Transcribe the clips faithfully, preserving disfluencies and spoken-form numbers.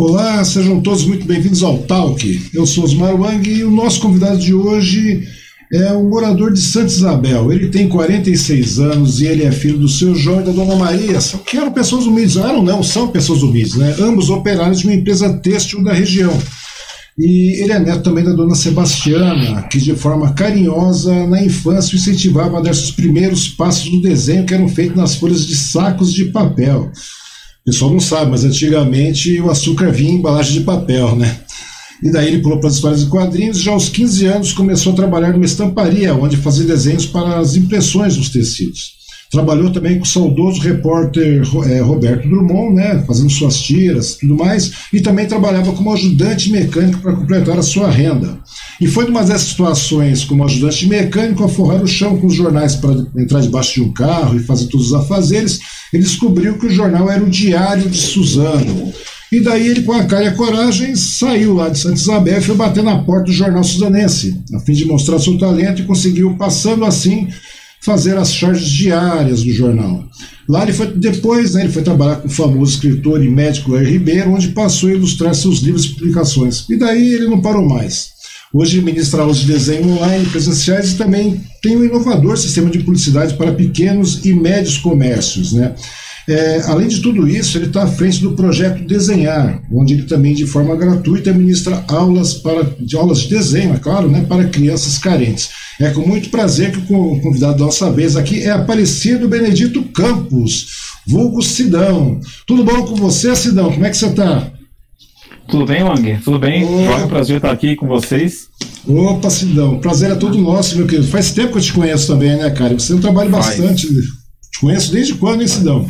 Olá, sejam todos muito bem-vindos ao Talk. Eu sou Osmar Wang e o nosso convidado de hoje é um morador de Santa Isabel. Ele tem quarenta e seis anos e ele é filho do seu João e da dona Maria, que eram pessoas humildes. Eram não, são pessoas humildes, né? Ambos operários de uma empresa têxtil da região. E ele é neto também da dona Sebastiana, que de forma carinhosa na infância o incentivava a dar seus primeiros passos no desenho que eram feitos nas folhas de sacos de papel. O pessoal não sabe, mas antigamente o açúcar vinha em embalagem de papel, né? E daí ele pulou para as histórias de quadrinhos e já aos quinze anos começou a trabalhar numa estamparia, onde fazia desenhos para as impressões dos tecidos. Trabalhou também com o saudoso repórter é, Roberto Drummond, né, fazendo suas tiras e tudo mais, e também trabalhava como ajudante mecânico para completar a sua renda. E foi numa dessas situações, como ajudante mecânico, a forrar o chão com os jornais para entrar debaixo de um carro e fazer todos os afazeres, ele descobriu que o jornal era o Diário de Suzano. E daí ele, com a cara e a coragem, saiu lá de Santa Isabel e foi bater na porta do jornal suzanense, a fim de mostrar seu talento, e conseguiu, passando assim, fazer as charges diárias do jornal. Lá ele foi, depois, né, ele foi trabalhar com o famoso escritor e médico Lair Ribeiro, onde passou a ilustrar seus livros e publicações. E daí ele não parou mais. Hoje ele ministra aulas de desenho online, presenciais, e também tem um inovador sistema de publicidade para pequenos e médios comércios, né? É, além de tudo isso, ele está à frente do projeto Desenhar, onde ele também, de forma gratuita, ministra aulas, para, de aulas de desenho, é claro, né, para crianças carentes. É com muito prazer que o convidado da nossa vez aqui é Aparecido Benedito Campos, vulgo Sidão. Tudo bom com você, Sidão? Como é que você está? Tudo bem, Wang? Tudo bem? É um prazer estar aqui com vocês. Opa, Sidão, prazer é todo nosso, meu querido. Faz tempo que eu te conheço também, né, cara? Você trabalha bastante. Te conheço desde quando, hein, Sidão?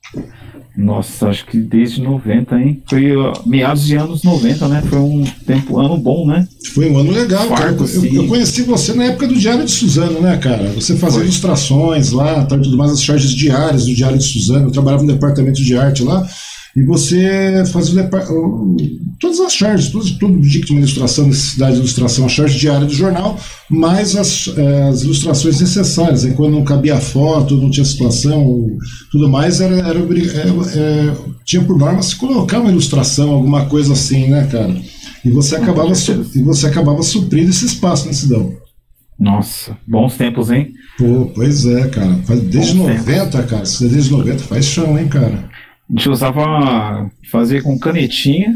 Nossa, acho que desde noventa, hein? Foi uh, meados de anos noventa, né? Foi um tempo, ano bom, né? Foi um ano legal, Farto, cara. Eu, eu conheci você na época do Diário de Suzano, né, cara? Você fazia Foi. ilustrações lá, tal, e tudo mais, as charges diárias do Diário de Suzano. Eu trabalhava no departamento de arte lá. E você fazia o depart... todas as charges, todo, todo dia que tinha uma ilustração, necessidade de ilustração, a charge diária do jornal, mais as, as ilustrações necessárias. Aí quando não cabia foto, não tinha situação, tudo mais, era, era, era, era, tinha por norma se colocar uma ilustração, alguma coisa assim, né, cara? E você acabava, su... e você acabava suprindo esse espaço, né, Sidão? Nossa, bons tempos, hein? Pô, pois é, cara. Faz desde bons noventa, tempos. Cara. Se é desde noventa, faz chão, hein, cara? A gente usava, fazia com canetinha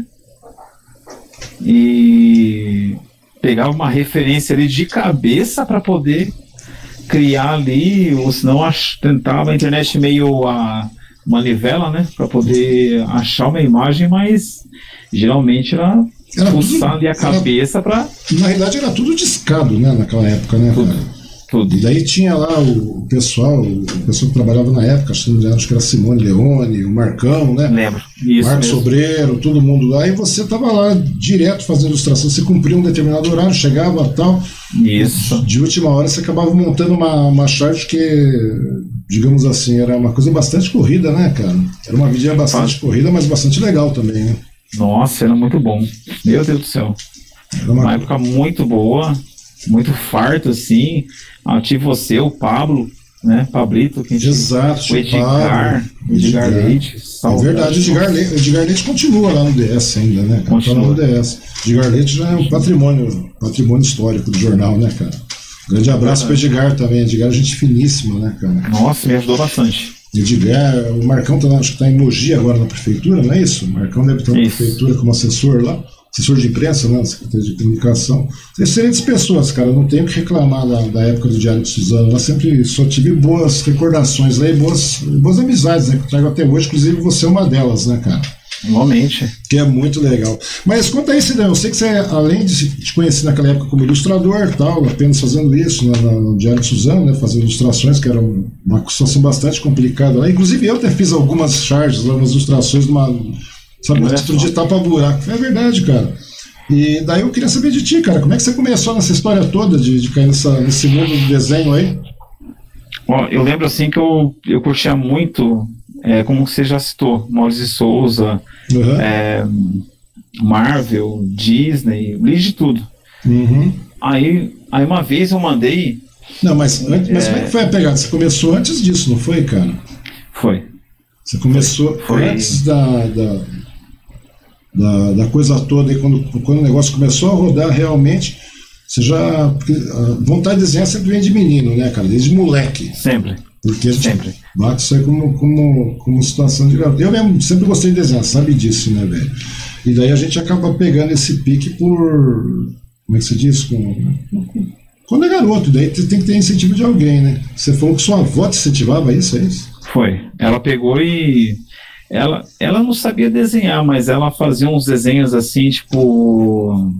e pegava uma referência ali de cabeça para poder criar ali, ou senão tentava a internet meio a manivela, né, para poder achar uma imagem, mas geralmente era, era pulsar ali a cabeça para... Na realidade era tudo discado, né, naquela época, né, tudo. cara? Tudo. E daí tinha lá o pessoal, o pessoal que trabalhava na época, acho que era Simone Leone, o Marcão, né? Lembro. Isso Marcos mesmo. Sobreiro, todo mundo lá, e você estava lá direto fazendo ilustração, você cumpria um determinado horário, chegava e tal. Isso. De última hora você acabava montando uma, uma charge que, digamos assim, era uma coisa bastante corrida, né, cara? Era uma vidinha bastante ah. corrida, mas bastante legal também, né? Nossa, era muito bom. Meu Deus do céu. Era uma, uma época muito boa. Muito farto, assim. Ah, tive você, o Pablo, né? Pablito, que a gente... Exato, o Edgar, Pablo, Edgar, Edgar Leite. É verdade, Edgar Leite, Edgar Leite continua lá no D S ainda, né? Continua no D S. Edgar Leite já é um patrimônio, patrimônio histórico do jornal, né, cara? Grande abraço para Edgar também. Edgar é gente finíssima, né, cara? Nossa, me ajudou bastante. Edgar, o Marcão tá, acho que está em Mogi agora na prefeitura, não é isso? O Marcão deve estar na isso. prefeitura como assessor lá. Assessor de imprensa, né, Secretaria de Comunicação. Excelentes pessoas, cara, não tenho que reclamar da, da época do Diário de Suzano. Lá sempre só tive boas recordações aí, boas, boas amizades, né, que eu trago até hoje, inclusive você é uma delas, né, cara? Normalmente. Que é muito legal. Mas conta aí, Sidão, eu sei que você, além de te conhecer naquela época como ilustrador, tal, apenas fazendo isso no, no Diário de Suzano, né, fazendo ilustrações, que era uma situação bastante complicada lá. Inclusive eu até fiz algumas charges, algumas ilustrações de uma... Sabe, o título de tapa buraco. É verdade, cara. E daí eu queria saber de ti, cara. Como é que você começou nessa história toda de, de cair nessa, nesse mundo do desenho aí? Ó, eu lembro assim que eu, eu curtia muito, é, como você já citou, Maurício de Souza, uhum. é, Marvel, Disney, li de tudo. Uhum. Aí, aí uma vez eu mandei... Não, mas, mas é... como é que foi a pegada? Você começou antes disso, não foi, cara? Foi. Você começou foi. antes da... da... da, da coisa toda, e quando, quando o negócio começou a rodar realmente, você já... Porque a vontade de desenhar sempre vem de menino, né, cara? Desde moleque. Sempre. Porque a gente Sempre. bate isso aí como, como, como situação de garoto. Eu mesmo sempre gostei de desenhar, sabe disso, né, velho? E daí a gente acaba pegando esse pique por... Como é que se diz? Com, quando é garoto, daí tem que ter incentivo de alguém, né? Você falou que sua avó te incentivava isso, é isso? Foi. Ela pegou e... Ela, ela não sabia desenhar, mas ela fazia uns desenhos assim, tipo...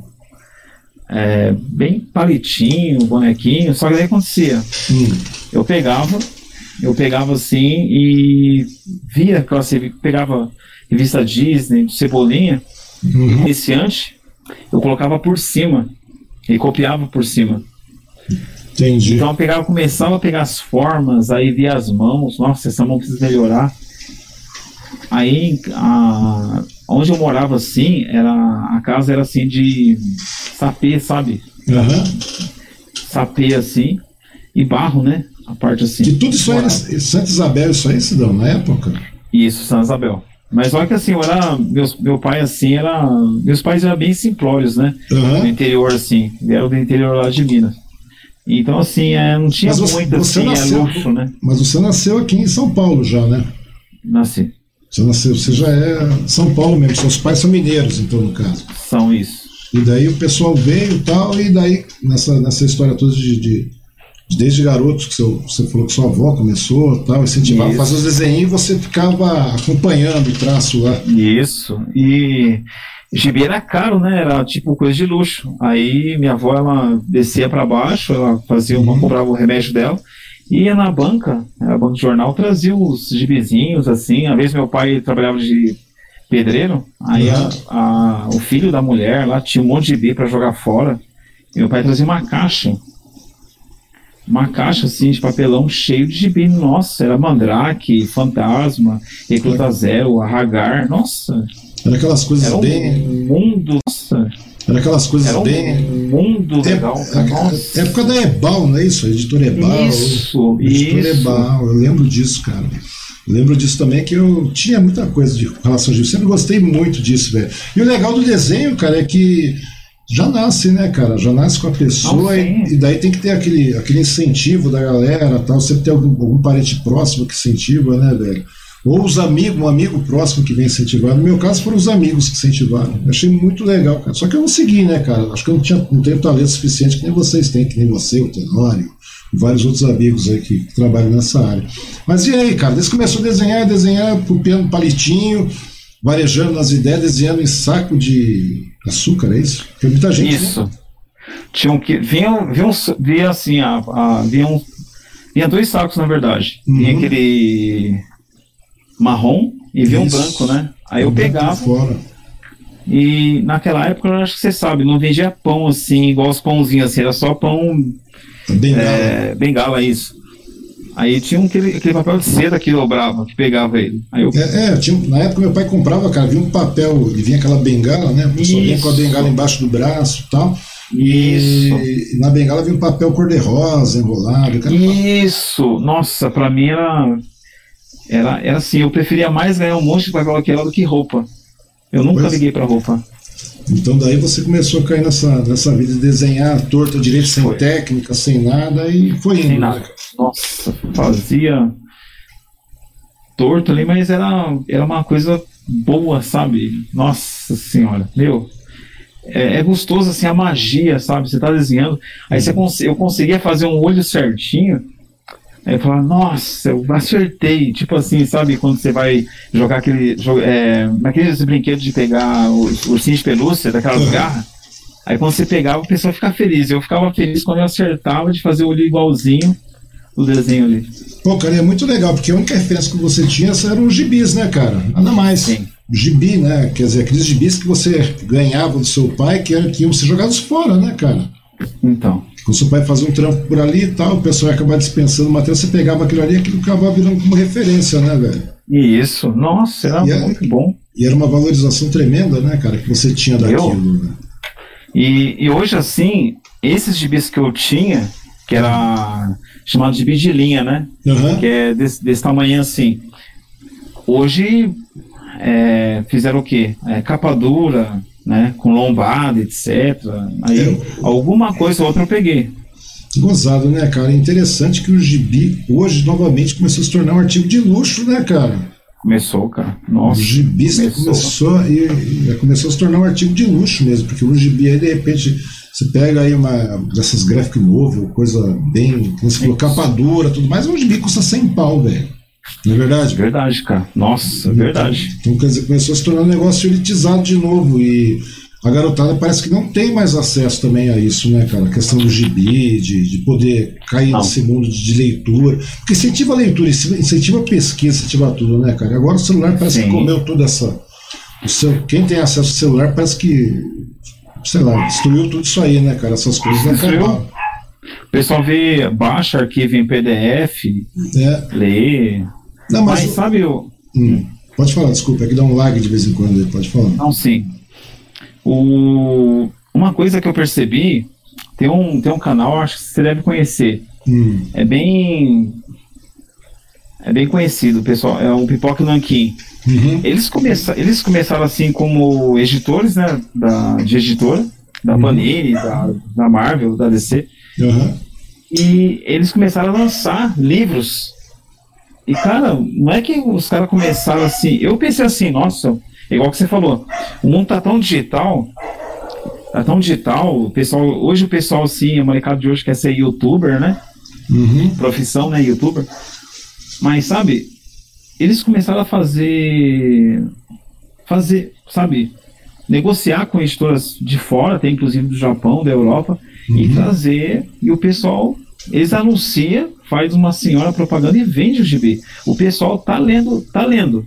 É, bem palitinho, bonequinho. Só que daí acontecia. Hum. Eu pegava... Eu pegava assim e via aquela... Pegava revista Disney, Cebolinha, Uhum. iniciante, eu colocava por cima. E copiava por cima. Entendi. Então eu pegava, começava a pegar as formas, aí via as mãos, nossa, essa mão precisa melhorar. Aí, a, onde eu morava assim, era, a casa era assim de sapê, sabe? Uhum. Sapê assim, e barro, né? A parte assim. Que tudo isso aí era Santa Isabel, isso aí, Cidão, na época? Isso, Santa Isabel. Mas olha que assim, eu era, meus, meu pai assim, era, meus pais eram bem simplórios, né? Uhum. Do interior assim, vieram do interior lá de Minas. Então assim, é, não tinha Mas você- muito você assim, nasceu- é luxo, né? Mas você nasceu aqui em São Paulo já, né? Nasci. Você nasceu, você já é São Paulo mesmo, seus pais são mineiros, então, no caso. São isso. E daí o pessoal veio e tal, e daí, nessa, nessa história toda de, de- de desde garotos, que seu, você falou que sua avó começou tal, incentivava a Isso. fazer os desenhos e você ficava acompanhando o traço lá. Isso. E gibi era caro, né? Era tipo coisa de luxo. Aí minha avó, ela descia para baixo, ela fazia uma, Uhum. comprava o remédio dela, e ia na banca, a banca de jornal, trazia os gibizinhos, assim. Às vezes meu pai trabalhava de pedreiro, aí a- a- o filho da mulher lá tinha um monte de gibi para jogar fora. E meu pai trazia uma caixa. Uma caixa assim de papelão cheio de gibi. Nossa, era Mandrake, Fantasma, Recruta Zero, Hagar. Nossa, Era aquelas coisas era um bem. mundo. Nossa, Era aquelas coisas era um bem. mundo legal. É, Nossa. é, época da Ebal, não é isso? A editora Ebal. Isso, A editora isso. Ebal, eu lembro disso, cara. Eu lembro disso também, que eu tinha muita coisa de relação a Gil. Sempre gostei muito disso, velho. E o legal do desenho, cara, é que já nasce, né, cara? Já nasce com a pessoa Não, e, sim. e daí tem que ter aquele, aquele incentivo da galera, tal. Sempre tem algum, algum parente próximo que incentiva, né, velho? Ou os amigos, um amigo próximo que vem incentivar. No meu caso, foram os amigos que incentivaram. Eu achei muito legal, cara. Só que eu não segui, né, cara? Acho que eu não, tinha, não tenho talento suficiente que nem vocês têm, que nem você, o Tenório, e vários outros amigos aí que trabalham nessa área. Mas e aí, cara? Desde que começou a desenhar, desenhar pro piano palitinho, varejando nas ideias, desenhando em saco de açúcar, é isso? Tem muita gente, né? Isso. Tinham que. Vinham, vinham, vinha assim, a, a, vinham, vinha dois sacos, na verdade. Uhum. Vinha aquele marrom e vinha um Isso. branco, né? Aí eu Por pegava. fora. E naquela época, eu acho que você sabe, não vendia pão assim, igual os pãozinhos assim, era só pão Bengala. é, bengala, isso. Aí tinha um, aquele, aquele papel de seda que dobrava, que pegava ele. Aí eu, É, é, tinha, na época meu pai comprava, cara, vinha um papel, e vinha aquela bengala, né? O pessoal vinha com a Isso. bengala embaixo do braço e tal. Isso. E, e na bengala vinha um papel cor-de-rosa enrolado. Cara, Isso! Nossa, pra mim era, era. Era assim, eu preferia mais ganhar um monte de papel aquela do que roupa. Eu nunca Pois. liguei pra roupa. Então daí você começou a cair nessa, nessa vida de desenhar torta direito, sem Foi. técnica, sem nada, e foi indo. Sem né, nada. cara? Nossa, fazia torto ali, mas era, era uma coisa boa, sabe? Nossa senhora, meu. É, é gostoso assim a magia, sabe? Você tá desenhando, aí você cons eu conseguia fazer um olho certinho. Aí eu falava, nossa, eu acertei. Tipo assim, sabe? Quando você vai jogar aquele. jo- É, naqueles brinquedos de pegar os ursinhos de pelúcia, daquelas Uhum. garras. Aí quando você pegava, o pessoal ficava feliz. Eu ficava feliz quando eu acertava de fazer o olho igualzinho do desenho ali. Pô, cara, e é muito legal, porque a única referência que você tinha eram os gibis, né, cara? Nada mais. Sim. Gibi, né? Quer dizer, aqueles gibis que você ganhava do seu pai, que, era, que iam ser jogados fora, né, cara? Então. Quando seu pai fazia um trampo por ali e tal, o pessoal ia acabar dispensando o material, você pegava aquilo ali e aquilo acabava virando como referência, né, velho? E isso, nossa, era E é- muito bom. E era uma valorização tremenda, né, cara, que você tinha daquilo, né? E, e hoje, assim, esses gibis que eu tinha, que era chamado de gibi de linha, né? Aham. Que é desse, desse tamanho assim. Hoje é, fizeram o quê? É, capa dura, né? Com lombada, etcétera. Aí É, alguma coisa ou outra eu peguei. Gozado, né, cara? É interessante que o gibi hoje novamente começou a se tornar um artigo de luxo, né, cara? Começou, cara. O Nossa. gibi começou. começou, e, e começou a se tornar um artigo de luxo mesmo, porque o gibi aí, de repente, você pega aí uma dessas graphic novel, coisa bem, como se falou, capa dura, tudo mais, o gibi custa cem pau, velho. Não é verdade? Verdade, cara. Nossa, verdade. Então, quer dizer, começou a se tornar um negócio elitizado de novo, e a garotada parece que não tem mais acesso também a isso, né, cara? A questão do gibi, de, de poder cair Não. nesse mundo de, de leitura. Porque incentiva a leitura, incentiva a pesquisa, incentiva tudo, né, cara? Agora o celular parece Sim. que comeu toda essa. O seu, quem tem acesso ao celular parece que, sei lá, destruiu tudo isso aí, né, cara? Essas coisas não Destruiu. acabaram. O pessoal vê, baixa arquivo em P D F, É. lê. Não, mas. Mas sabe o. Hum, pode falar, desculpa, é que dá um lag de vez em quando aí, pode falar. Não, sim. O, uma coisa que eu percebi, tem um, tem um canal, acho que você deve conhecer. Hum, É bem. É bem conhecido, pessoal. É o Pipoca Nanquim. uhum, Eles, começa, eles começaram assim como editores, né? Da, de editora, da Uhum. Panini, da, da Marvel, da D C. uhum. E eles começaram a lançar livros. E, cara, não é que os caras começaram assim. Eu pensei assim, nossa, igual que você falou, o mundo tá tão digital, tá tão digital, o pessoal, hoje o pessoal, assim, a molecada de hoje quer ser youtuber, né? Uhum. Profissão, né? Youtuber. Mas, sabe, eles começaram a fazer. Fazer, sabe, negociar com editoras de fora, até inclusive do Japão, da Europa, e Uhum. trazer. E o pessoal, eles anunciam, faz uma senhora propaganda e vende o gibi. O pessoal tá lendo, tá lendo.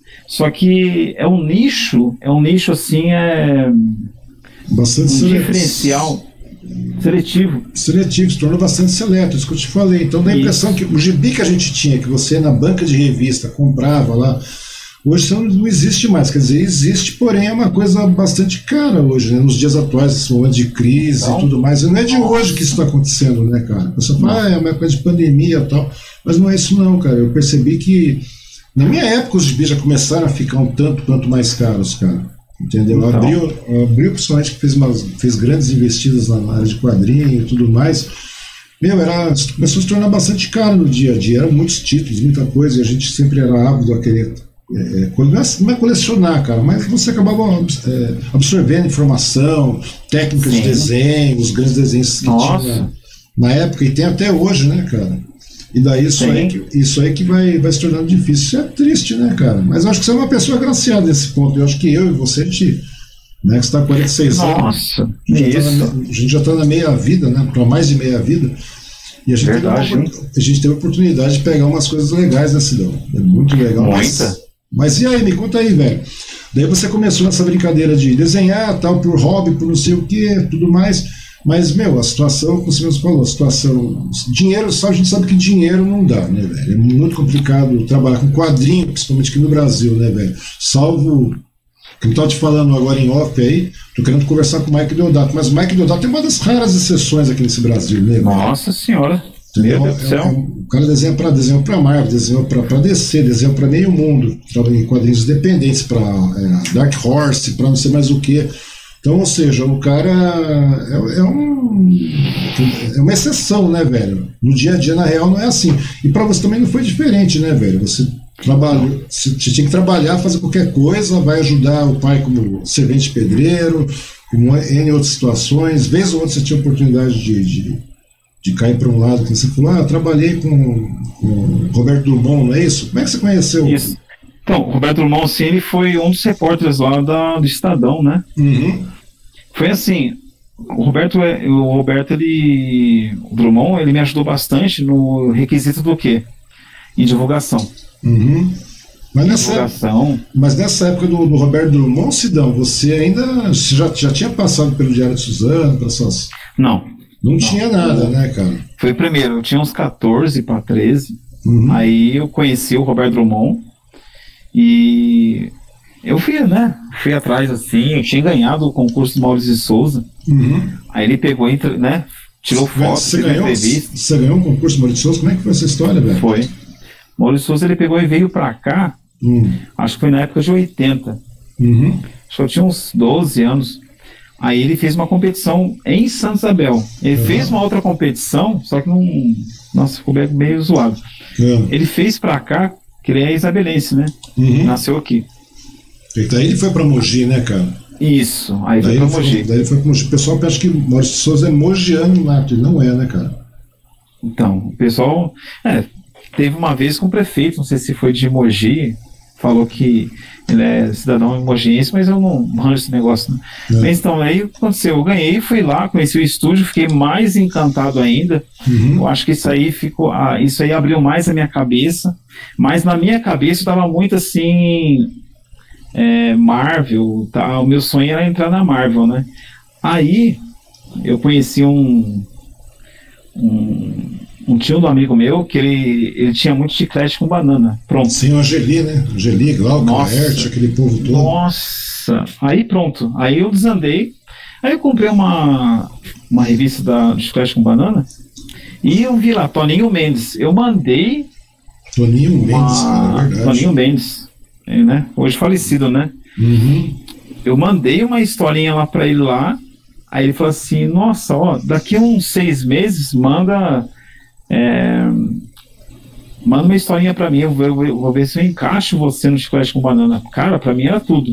Só que é um nicho, é um nicho assim, é Bastante um sele- diferencial seletivo. seletivo, se tornou bastante seleto, isso que eu te falei. Então dá a Isso. impressão que o gibi que a gente tinha, que você na banca de revista comprava lá, hoje isso não, não existe mais. Quer dizer, existe, porém é uma coisa bastante cara hoje, né? Nos dias atuais, nesse momento de crise Não. e tudo mais. E não é de hoje que isso está acontecendo, né, cara? A pessoa fala, ah, é uma coisa de pandemia e tal. Mas não é isso não, cara. Eu percebi que na minha época os gibis já começaram a ficar um tanto quanto mais caros, cara. Entendeu? Então. Abriu, abriu principalmente que fez, umas, fez grandes investidas na área de quadrinho e tudo mais. Meu, era, começou a se tornar bastante caro no dia a dia. Eram muitos títulos, muita coisa, e a gente sempre era ávido a querer. É, é, não é colecionar, cara, mas você acabava é, absorvendo informação, técnicas Sim. de desenho, os grandes desenhos que Nossa. tinha na época, e tem até hoje, né, cara? E daí isso Sim. aí, que, isso aí que vai, vai se tornando difícil. Isso é triste, né, cara? Mas eu acho que você é uma pessoa agraciada nesse ponto. Eu acho que eu e você, a gente, né, que você está com quarenta e seis anos, Nossa, a gente, já tá isso. na, a gente já está na meia vida, né? Para mais de meia vida. E a gente, teve Verdade, uma, hein? a gente teve a oportunidade de pegar umas coisas legais, né, Sidão? É muito legal. Mas, Muita. mas e aí, me conta aí, velho. Daí você começou nessa brincadeira de desenhar, tal, por hobby, por não sei o que, tudo mais. Mas, meu, a situação, como você mesmo falou, a situação. Dinheiro, só a gente sabe que dinheiro não dá, né, velho? É muito complicado trabalhar com quadrinho, principalmente aqui no Brasil, né, velho? Salvo. Como eu estava te falando agora em off aí, tô querendo conversar com o Mike Deodato, mas o Mike Deodato é uma das raras exceções aqui nesse Brasil, né, velho? Nossa senhora. Entendeu? Meu Deus do É- é- céu. o cara desenha para desenhou para Marvel, desenhou para D C, desenhou para meio mundo, trabalha em quadrinhos independentes, para é, Dark Horse, para não sei mais o que. Então, ou seja, o cara é, é, um, é uma exceção, né, velho? No dia a dia, na real, não é assim. E para você também não foi diferente, né, velho? Você trabalhou, você tinha que trabalhar, fazer qualquer coisa, vai ajudar o pai como servente pedreiro, como em outras situações. Vez ou outra você tinha oportunidade de, de, de cair para um lado, que você falou, ah, eu trabalhei com, com Roberto Drummond, não é isso? Como é que você conheceu? Isso. Então, o Roberto Drummond, sim, ele foi um dos repórteres lá da, do Estadão, né? Uhum. Foi assim, o Roberto, é- o Roberto, ele, o Drummond, ele me ajudou bastante no requisito do quê? Em divulgação. Uhum. Mas nessa, Divulgação. mas nessa época do, do Roberto Drummond, Sidão, você ainda você já, já tinha passado pelo Diário de Suzano, para essas... Não, Não, tinha nada, né, cara? foi primeiro, eu tinha uns quatorze para treze, Uhum. aí eu conheci o Roberto Drummond e eu fui, né, fui atrás assim, eu tinha ganhado o concurso do Maurício de Souza, Uhum. aí ele pegou, entre, né, tirou foto, Você fez uma ganhou, entrevista, você ganhou um concurso Maurício Souza? Como é que foi essa história, velho? foi. Maurício Souza, ele pegou e veio pra cá, Hum. Acho que foi na época de oitenta. Uhum. Acho que eu tinha uns doze anos. Aí ele fez uma competição em Santa Isabel. Ele Uhum. fez uma outra competição, só que não... Nossa, ficou meio zoado. Uhum. Ele fez pra cá, que ele é isabelense, né? Uhum. Nasceu aqui. E daí ele foi pra Mogi, né, cara? Isso, aí Daí foi pra ele foi, Mogi. daí ele foi pra Mogi. O pessoal pensa que Maurício de Souza é mogiano nato. Ele não é, né, cara? Então, o pessoal... É, teve uma vez com o prefeito, não sei se foi de Mogi, falou que ele é cidadão mogiense, mas eu não manjo esse negócio, né? É. Mas então, aí aconteceu, eu ganhei, fui lá, conheci o estúdio, fiquei mais encantado ainda. Uhum. Eu acho que isso aí ficou, ah, isso aí abriu mais a minha cabeça, mas na minha cabeça eu tava muito assim, é, Marvel, tá? O meu sonho era entrar na Marvel, né? Aí eu conheci um um, um tio do amigo meu que ele, ele tinha muito chiclete com banana. Pronto. Sim, o Angeli, né? Angeli, Glauco, Nossa. Laerte, aquele povo todo. Nossa, aí pronto, aí eu desandei, aí eu comprei uma, uma revista da do Chiclete com Banana e eu vi lá, Toninho Mendes, eu mandei Toninho Mendes, uma... cara, é verdade. Toninho Mendes, é, né? Hoje falecido, né? Uhum. Eu mandei uma historinha lá pra ele lá, aí ele falou assim, nossa, ó, daqui a uns seis meses manda... É, manda uma historinha pra mim, eu vou, eu vou ver se eu encaixo você no Chiclete com Banana. Cara, pra mim era tudo.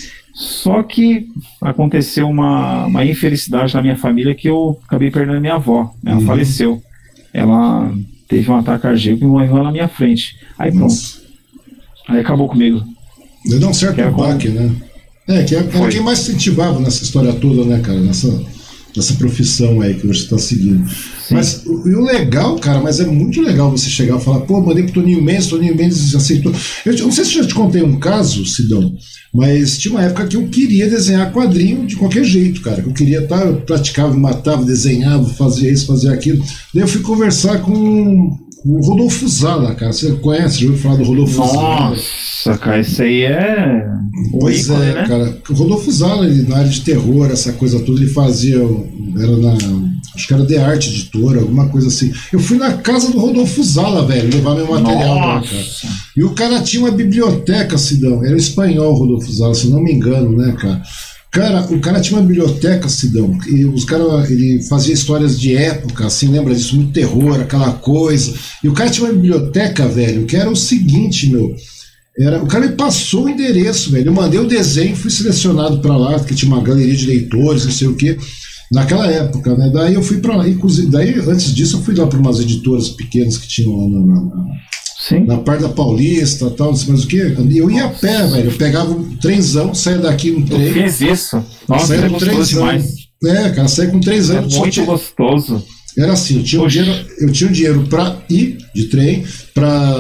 Só que aconteceu uma, uma infelicidade na minha família que eu acabei perdendo minha avó. Ela Uhum. faleceu. Ela teve um ataque cardíaco e morreu na minha frente. Aí pronto. Nossa. Aí acabou comigo. Deu um certo Que era baque, né? É, que era Foi. quem mais incentivava nessa história toda, né, cara? Nessa, nessa profissão aí que você está seguindo. Sim. Mas o, e o legal, cara, mas é muito legal você chegar e falar, pô, mandei pro Toninho Mendes, Toninho Mendes aceitou. Eu, eu não sei se eu já te contei um caso, Sidão, mas tinha uma época que eu queria desenhar quadrinho de qualquer jeito, cara. Que eu queria, tá, eu praticava, matava, desenhava, fazia isso, fazia aquilo. Daí eu fui conversar com o Rodolfo Zala, cara. Você conhece, já ouviu falar do Rodolfo Zala? Nossa, cara, isso aí é o Pois ícone, é, né? cara. O Rodolfo Zala, ele, na área de terror, essa coisa toda, ele fazia. Era na. Acho que era The Art Editora, alguma coisa assim. Eu fui na casa do Rodolfo Zala, velho, levar meu material lá, cara. Nossa. E o cara tinha uma biblioteca, Sidão. Era espanhol, Rodolfo Zala, se não me engano, né, cara? Cara, o cara tinha uma biblioteca, Sidão, e os caras, ele fazia histórias de época, assim, lembra disso? Muito terror, aquela coisa. E o cara tinha uma biblioteca, velho, que era o seguinte, meu. Era, o cara me passou o endereço, velho. Eu mandei o desenho, fui selecionado pra lá, porque tinha uma galeria de leitores, não sei o quê. Naquela época, né? Daí eu fui pra lá, inclusive, daí antes disso eu fui lá para umas editoras pequenas que tinham lá na, na, Sim. na parte da Paulista, tal, não sei mais o que. Eu ia a pé, velho. Eu pegava um trenzão, saía daqui no Eu trem. fiz isso. Nossa, saía é com gostoso trenzão. demais. É, cara, saía com três É anos. só muito tinha- gostoso. Era assim, eu tinha, um Poxa. dinheiro, eu tinha um dinheiro para ir de trem, para,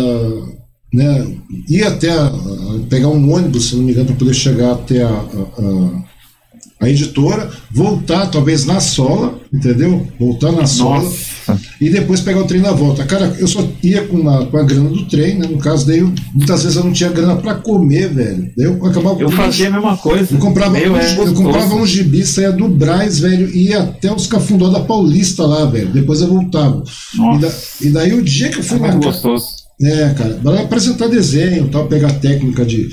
né, ir até a, a- pegar um ônibus, se não me engano, para poder chegar até a, a, a- a editora, voltar talvez na sola, entendeu? Voltar na sola Nossa. e depois pegar o trem na volta. Cara, eu só ia com a, com a grana do trem, né? No caso, daí eu, muitas vezes eu não tinha grana para comer, velho. Daí eu acabava Eu fazia a mesma coisa. eu comprava, Meu, um, é eu gostoso. comprava um gibi, saía do Brás, velho, e ia até os Cafundó da Paulista lá, velho. Depois eu voltava. E, Nossa. da- e daí o dia que eu É fui na muito ca- gostoso. É, cara, para apresentar desenho, tal, pegar técnica de,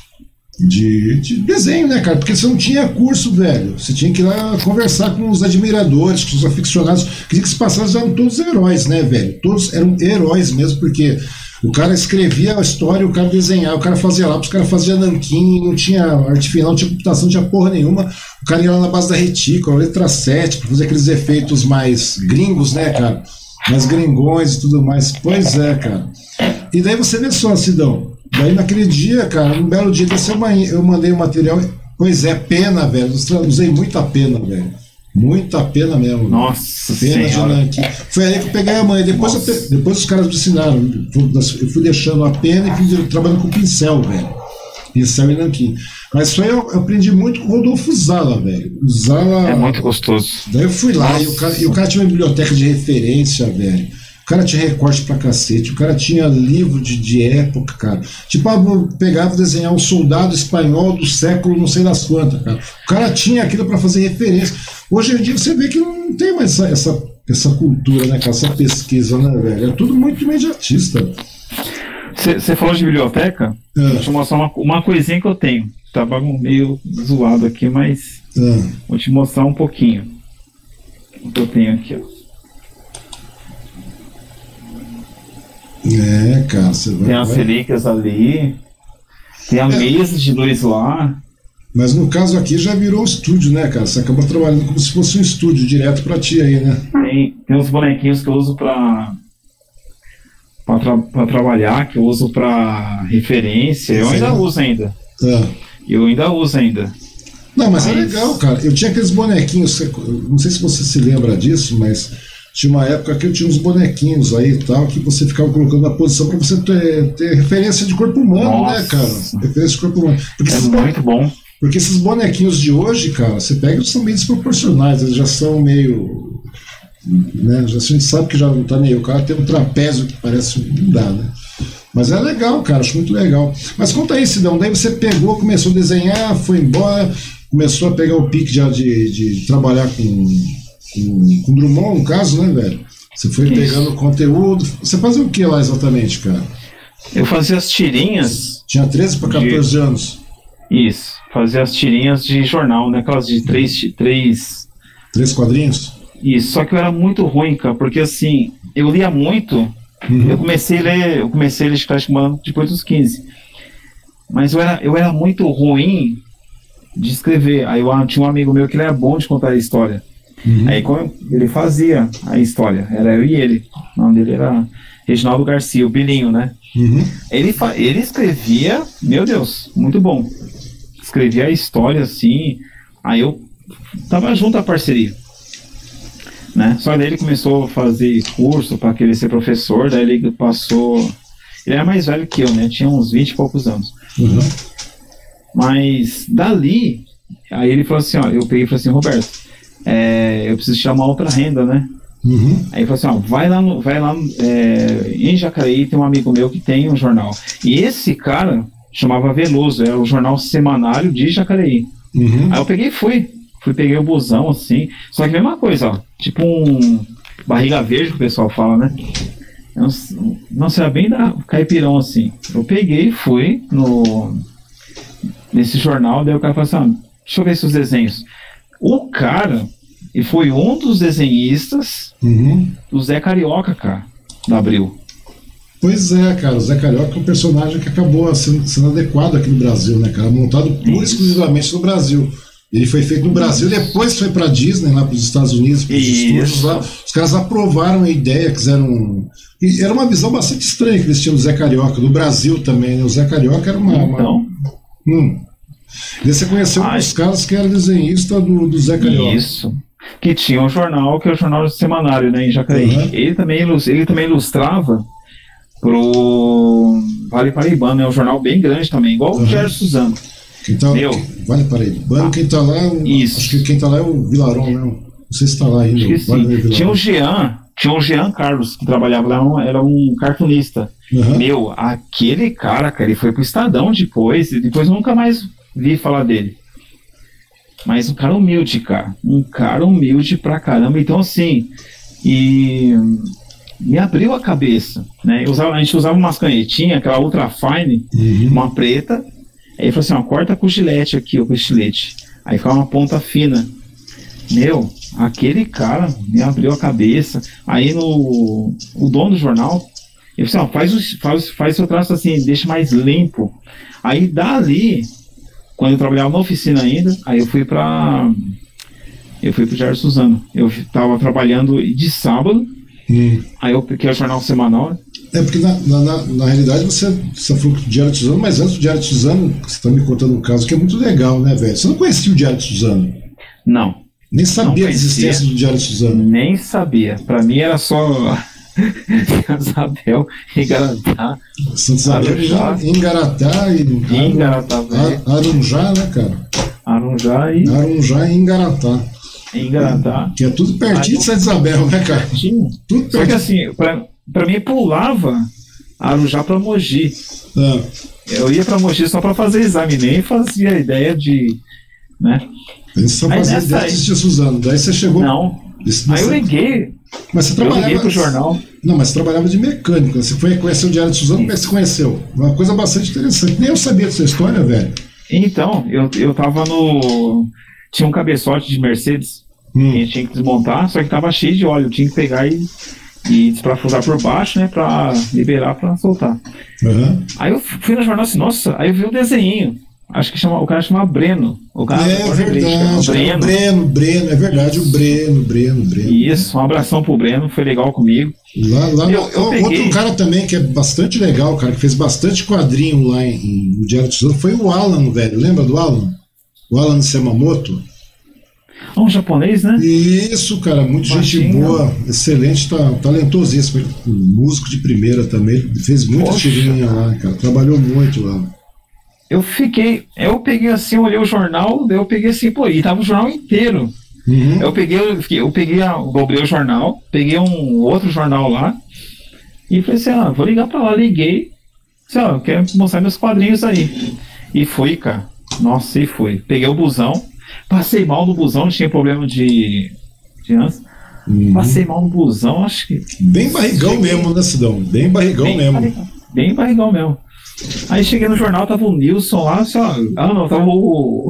de, de desenho, né, cara? Porque você não tinha curso, velho. Você tinha que ir lá conversar com os admiradores, com os aficionados. Queria que se passassem eram todos heróis, né, velho? Todos eram heróis mesmo, porque o cara escrevia a história, o cara desenhava, o cara fazia lápis, o cara fazia nanquim, não tinha arte final, não tinha computação, não tinha porra nenhuma. O cara ia lá na base da retícula, letra sete, pra fazer aqueles efeitos mais gringos, né, cara? Mais gringões e tudo mais. Pois é, cara. E daí você vê só, Sidão. Daí naquele dia, cara, um belo dia desse eu man- eu mandei o material. Pois é, pena, velho. Eu usei muita pena, velho. Muita pena mesmo. Nossa Pena de senhora. nanquim. Foi aí que eu peguei a mãe. Depois, eu Nossa. pe- depois os caras me ensinaram. Eu fui deixando a pena e fui trabalhando com pincel, velho. Pincel e nanquim. Mas isso aí eu, eu aprendi muito com o Rodolfo Zala, velho. O Zala. É muito gostoso. Daí eu fui lá e o, Nossa. cara, e o cara tinha uma biblioteca de referência, velho. O cara tinha recorte pra cacete, o cara tinha livro de, de época, cara. Tipo, ah, eu pegava e desenhar um soldado espanhol do século não sei das quantas, cara. O cara tinha aquilo pra fazer referência. Hoje em dia você vê que não tem mais essa, essa, essa cultura, né, cara? Essa pesquisa, né, velho? É tudo muito imediatista. Você falou de biblioteca? Ah. Deixa eu mostrar uma, uma coisinha que eu tenho. Tava meio zoado aqui, mas Ah. vou te mostrar um pouquinho o que eu tenho aqui, ó. É, cara, você vai. Tem as vai- relíquias ali, tem a É. mesa de luz lá. Mas no caso aqui já virou um estúdio, né, cara? Você acaba trabalhando como se fosse um estúdio direto pra ti aí, né? Tem, tem uns bonequinhos que eu uso pra, pra, tra- pra trabalhar, que eu uso pra referência. Eu ainda Sim. uso ainda. Ah. Eu ainda uso ainda. Não, mas, é Mas- legal, cara. Eu tinha aqueles bonequinhos, você- não sei se você se lembra disso, mas tinha uma época que eu tinha uns bonequinhos aí e tal, que você ficava colocando na posição pra você ter, ter referência de corpo humano, Nossa. né, cara? Referência de corpo humano. Porque É esses, bone- muito bom. porque esses bonequinhos de hoje, cara, você pega, eles são bem desproporcionais, eles já são meio. Né, já, a gente sabe que já não tá nem. O cara tem um trapézio que parece. Não dá, né? Mas é legal, cara, acho muito legal. Mas conta aí, Sidão, daí você pegou, começou a desenhar, foi embora, começou a pegar o pique já de, de trabalhar com, com, com Drummond, no caso, né, velho? Você foi Isso. pegando conteúdo. Você fazia o que lá exatamente, cara? Eu fazia as tirinhas. Tinha treze para quatorze anos. Isso, fazia as tirinhas de jornal, né? Aquelas de três, três. Três quadrinhos? Isso, só que eu era muito ruim, cara, porque assim, eu lia muito. Uhum. Eu comecei a ler, eu comecei a ler Chiclete com Banana depois dos quinze. Mas eu era, eu era muito ruim de escrever. Aí eu tinha um amigo meu que ele era bom de contar a história. Uhum. Aí como ele fazia a história, era eu e ele. O nome dele era Reginaldo Garcia, o Bilinho, né? Uhum. Ele, fa- ele escrevia, meu Deus, muito bom. Escrevia a história assim, aí eu tava junto à parceria. Né? Só daí ele começou a fazer curso para querer ser professor, daí ele passou. Ele era mais velho que eu, né? Tinha uns vinte e poucos anos. Uhum. Mas dali, aí ele falou assim: ó, eu peguei e falei assim, Roberto, é, eu preciso tirar uma outra renda, né? Uhum. Aí ele falou assim: ó, vai lá, no, vai lá é, em Jacareí, tem um amigo meu que tem um jornal. E esse cara chamava Veloso, era o jornal semanário de Jacareí. Uhum. Aí eu peguei e fui. Fui, peguei o busão, assim. Só que a mesma coisa, ó. Tipo um barriga verde que o pessoal fala, né? Eu não- Nossa, era bem da caipirão, assim. Eu peguei e fui no, nesse jornal, daí o cara falou assim, ah, deixa eu ver esses desenhos. O cara, e foi um dos desenhistas Uhum. do Zé Carioca, cara, da Abril. Pois é, cara, o Zé Carioca é um personagem que acabou sendo, sendo adequado aqui no Brasil, né, cara? Montado pura e Isso. exclusivamente no Brasil. Ele foi feito no Brasil, depois foi pra Disney, lá para os Estados Unidos, para os Isso. estúdios lá. Os caras aprovaram a ideia, quiseram. E era uma visão bastante estranha que eles tinham do Zé Carioca, do Brasil também, né? O Zé Carioca era uma. uma- Então, Hum. E você conheceu um Ai. dos caras que era desenhista do, do Zé Carioca. isso. Que tinha um jornal, que é o jornal semanário, né, em Jacareí. Uhum. Ele, também, ilus- ele também ilustrava pro Vale Paraibano, é um jornal bem grande também, igual Uhum. o Jair Suzano. Quem tá, Meu. Vale Paraibano, quem tá lá é o, Isso. acho que quem tá lá é o Vilarão, né? Não sei se tá lá ainda. Esqueci. Vale Vilarão. Tinha o Jean, tinha o Jean Carlos, que trabalhava lá, um- era um cartunista. Uhum. Meu, aquele cara, cara, ele foi pro Estadão depois, e depois eu nunca mais vi falar dele. Mas um cara humilde, cara. Um cara humilde pra caramba. Então, assim, e me abriu a cabeça, né? Eu usava- a gente usava umas canetinhas, aquela Ultra Fine, Uhum. uma preta. Aí ele falou assim, ó, corta com o gilete aqui, ó, com o estilete. Aí ficava uma ponta fina. Meu, aquele cara me abriu a cabeça. Aí no o dono do jornal, ele falou assim, ó, faz, o, faz, faz seu traço assim, deixa mais limpo. Aí dali, quando eu trabalhava na oficina ainda, aí eu fui pra. Eu fui pro Jair Suzano. Eu tava trabalhando de sábado, Hum. aí eu peguei o jornal semanal, né? É porque na, na, na, na realidade você, você falou do Diário de Suzano, mas antes do Diário de Suzano, você tá me contando um caso que é muito legal, né, velho? Você não conhecia o Diário de Suzano? Não, Nem sabia Não da conhecia. existência do Diário de Suzano. nem sabia. Pra mim era só Isabel e Garatá. Santa Isabel, Arujá. Ingaratá e Ingaratá, velho. Ar- Arunjá, né, cara? Arunjá e Arunjá e Ingaratá. Ingaratá. Que é tudo pertinho Ah, de Santa Isabel, né, cara? Tinha. Tudo Só que pertinho. assim, pra, pra mim pulava Arujá pra Mogi. Ah, Eu ia pra Mogi só pra fazer exame, nem fazia ideia de. Né? eles só Aí faziam nessa ideia aí- de existir Suzano. Daí você chegou. Não. Isso Aí eu nessa- liguei, Mas você Eu trabalhava... liguei pro jornal. Não, mas você trabalhava de mecânico. Você foi conhecer o Diário de Suzano, como é que você conheceu? Uma coisa bastante interessante. Nem eu sabia dessa história, velho. Então, eu, eu tava no... Tinha um cabeçote de Mercedes, Hum. que a gente tinha que desmontar, só que tava cheio de óleo. Eu tinha que pegar e, e desparafusar por baixo, né, pra liberar, pra soltar. Uhum. Aí eu fui no jornal assim, nossa, aí eu vi o desenho. Acho que chama, o cara chama Breno. O cara, É agora lembrei, chama verdade, Breno. Breno, Breno, é verdade, o Breno, Breno, Breno. Isso, um abração pro Breno, foi legal comigo. Lá, lá Eu- eu ó, peguei- Outro cara também que é bastante legal, cara, que fez bastante quadrinho lá em, em- no Diário de Suzano, foi o Alan, velho. Lembra do Alan? O Alan Semamoto? Ah, um japonês, né? Isso, cara, muito gente Baixinho. boa, excelente, tá, talentosíssimo. Ele, músico de primeira também, ele fez muita Poxa. tirinha lá, cara, trabalhou muito lá. Eu fiquei, eu peguei assim, olhei o jornal, daí eu peguei assim, pô, e tava o jornal inteiro. Uhum. Eu peguei, eu fiquei- eu peguei, a, eu dobrei o jornal, peguei um outro jornal lá e falei assim, ah, vou ligar pra lá, liguei, assim, ó, quero mostrar meus quadrinhos aí. E fui, cara. Nossa, e fui. Peguei o busão, passei mal no busão, tinha problema de, de ânsia. Uhum. Passei mal no busão, acho que. Bem barrigão Cheguei- mesmo, né, Sidão? Bem barrigão bem mesmo. barrigão, bem barrigão mesmo. Aí cheguei no jornal, tava o Nilson lá, assim, ó, ah não, tava o.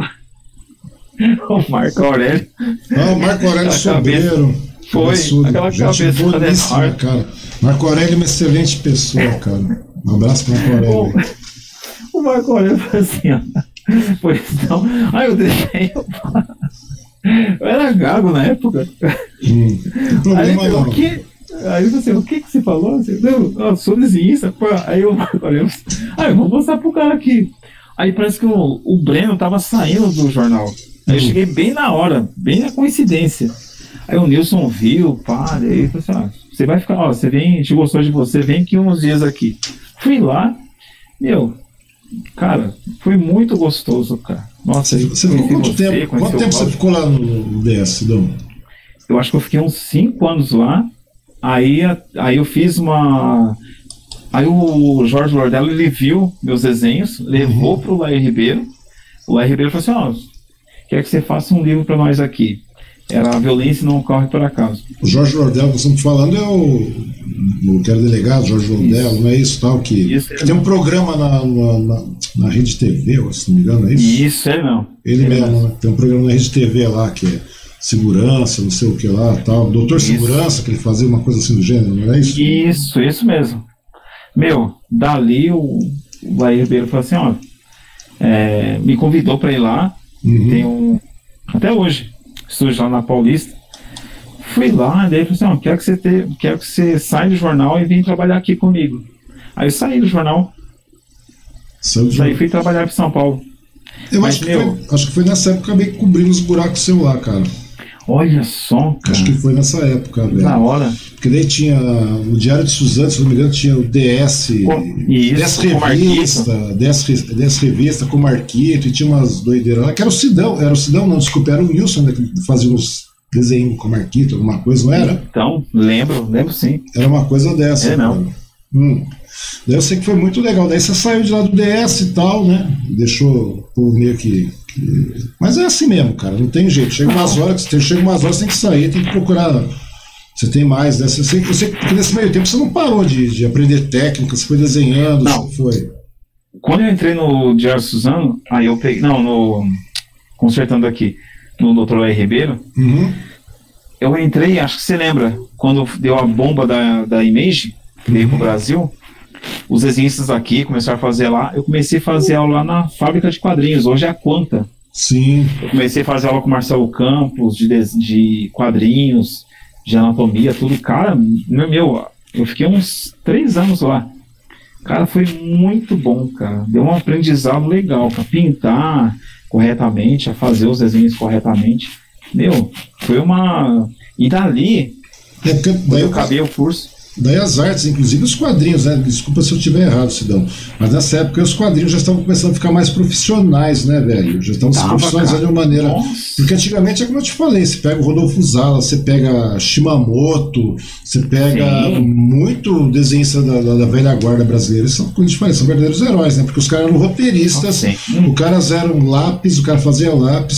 O Marco Aurélio. Ah, o Marco Aurélio Aquela Sobreiro. Foi, cabeçudo, aquela gente cabeça boníssima, adequada. cara. Marco Aurélio é uma excelente pessoa, cara. Um abraço pro Marco Aurélio. O, o Marco Aurélio foi assim, ó. Pois não. Aí eu deixei. Eu era gago na época. Hum, não tem Aí problema eu, não. o que? Aí eu falei assim, o que que você falou? Assim, não, eu sou desenhista. Pô. Aí eu olhei, ah, eu vou mostrar pro cara aqui. Aí parece que o, o Breno tava saindo do jornal. Aí eu Hum. cheguei bem na hora, bem na coincidência. Aí o Nilson viu, pá, aí falou assim, ah, você vai ficar, ó, você vem, a gente gostou de você, vem aqui uns dias aqui. Fui lá, meu, cara, foi muito gostoso, cara. Nossa, Você, você ficou conheci quanto você, tempo? conheci Quanto o tempo você Cláudio. ficou lá no D S, Sidão? Eu acho que eu fiquei uns cinco anos lá. Aí, a- aí eu fiz uma. Aí o Jorge Lordello, ele viu meus desenhos, levou Uhum. pro Laí Ribeiro. O Laí Ribeiro falou assim: ó, quer que você faça um livro pra nós aqui. Era A Violência Não Ocorre por Acaso. O Jorge Lordello que estamos falando é o, o que era delegado, Jorge Lordello, não é isso tal? Que, Isso, que tem um programa na, na, na, na Rede T V, se não me engano, é isso? Isso, é não. Ele É mesmo, né? Tem um programa na Rede T V lá que é segurança, não sei o que lá, tal. Doutor Isso. Segurança, que ele fazia uma coisa assim do gênero, não é isso? Isso, isso mesmo. Meu, dali o, o Laí Ribeiro falou assim: ó, é, me convidou pra ir lá. Uhum. Tem um. Até hoje, estúdio lá na Paulista. Fui lá, daí ele falou assim: ó, quero que você, te, quero que você saia do jornal e venha trabalhar aqui comigo. Aí eu saí do jornal, Saiu de- daí fui trabalhar para São Paulo. Eu mas, acho que, meu- foi, acho que foi nessa época que eu acabei cobrindo os buracos seu lá, cara. Olha só, cara, Acho que foi nessa época, velho. na hora. Porque daí tinha o Diário de Suzano, se não me engano, tinha o D S, Com- isso, D S com Revista, D S, Re- D S Revista com Marquito, e tinha umas doideiras lá, que era o Sidão, era o Sidão, não, desculpa, era o Nilson, né, que fazia uns desenhos com Marquito, alguma coisa, não era? Então, lembro, lembro sim. Era uma coisa dessa. É, não. cara. Hum. Daí eu sei que foi muito legal. Daí você saiu de lá do D S e tal, né? Deixou o povo meio que, que- Mas é assim mesmo, cara. Não tem jeito. Chega umas horas, que- chega umas horas, você tem que sair, tem que procurar. Você tem mais, né? Eu sei, eu sei que nesse meio tempo você não parou de, de aprender técnica, você foi desenhando, Não. você foi. Quando eu entrei no Diário Suzano, aí eu peguei. Não, no. Consertando aqui, no doutor Laí Ribeiro, Uhum. eu entrei, acho que você lembra, quando deu a bomba da, da Image, que veio pro Brasil, os desenhistas aqui começaram a fazer lá. Eu comecei a fazer aula lá na fábrica de quadrinhos, hoje é a Quanta. Sim. Eu comecei a fazer aula com o Marcelo Campos, de, des- de quadrinhos, de anatomia, tudo. Cara, meu, meu, eu fiquei uns três anos lá. Cara, foi muito bom, cara. Deu um aprendizado legal, pra pintar corretamente, a fazer os desenhos corretamente. Meu, foi uma... E dali, É porque quando daí eu o acabei o curso... Daí as artes, inclusive os quadrinhos, né? Desculpa se eu estiver errado, Sidão. Mas nessa época os quadrinhos já estavam começando a ficar mais profissionais, né, velho? Já estavam se Tava, profissionalizando de cara. uma maneira. Nossa. Porque antigamente é como eu te falei, você pega o Rodolfo Zala, você pega Shimamoto, você pega Sim. muito desenhista da, da, da velha guarda brasileira. Eles são, como eu te falei, são verdadeiros heróis, né? Porque os caras eram roteiristas, Sim. o cara era um lápis, o cara fazia lápis.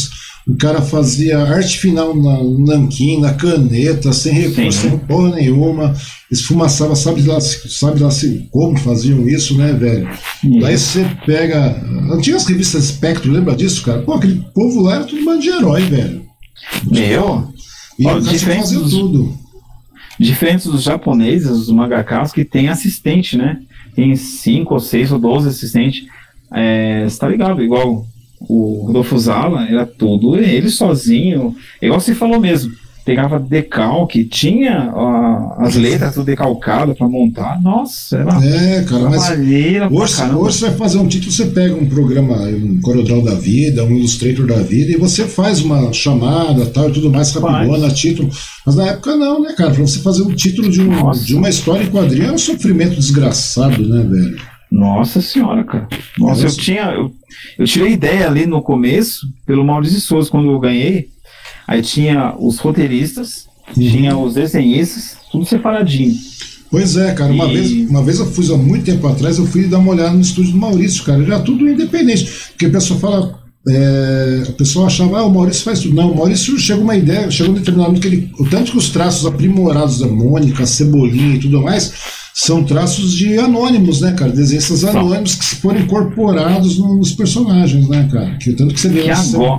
o cara fazia arte final na no nanquim, na caneta, sem recurso, sem porra nenhuma, esfumaçava, sabe lá, sabe lá se, como faziam isso, né, velho? Isso. Daí você pega. Antigas revistas Espectro, lembra disso, cara? Pô, aquele povo lá era tudo bando de herói, velho. Meu? E o cara fazia dos, tudo. Diferentes dos japoneses, os mangakas, que tem assistente, né? Tem cinco ou seis ou doze assistentes. É, você tá ligado? Igual o Rodolfo Zala, era tudo ele sozinho. Igual você falou mesmo. Pegava decalque, tinha ó, as letras tudo decalcado pra montar. Nossa, era é, cara, uma mas hoje, hoje você vai fazer um título, você pega um programa, um CorelDRAW da vida, um Illustrator da vida, e você faz uma chamada tal, e tudo mais rapidona, título. Mas na época não, né, cara? Pra você fazer um título de, um, de uma história em quadrinho é um sofrimento desgraçado, né, velho? Nossa senhora, cara. Nossa, Nossa. eu tinha. Eu, eu tirei ideia ali no começo, pelo Maurício de Souza, quando eu ganhei. Aí tinha os roteiristas, uhum. tinha os desenhistas, tudo separadinho. Pois é, cara, uma, e... vez, uma vez eu fui, há muito tempo atrás, eu fui dar uma olhada no estúdio do Maurício, cara, já tudo independente, porque a pessoa fala, é, a pessoa achava, ah, o Maurício faz tudo. Não, o Maurício chegou uma ideia, chegou um determinado momento que ele, o tanto que os traços aprimorados da Mônica, a Cebolinha e tudo mais, são traços de anônimos, né, cara, desenhistas anônimos que foram incorporados nos personagens, né, cara, que tanto que você vê... Que agora...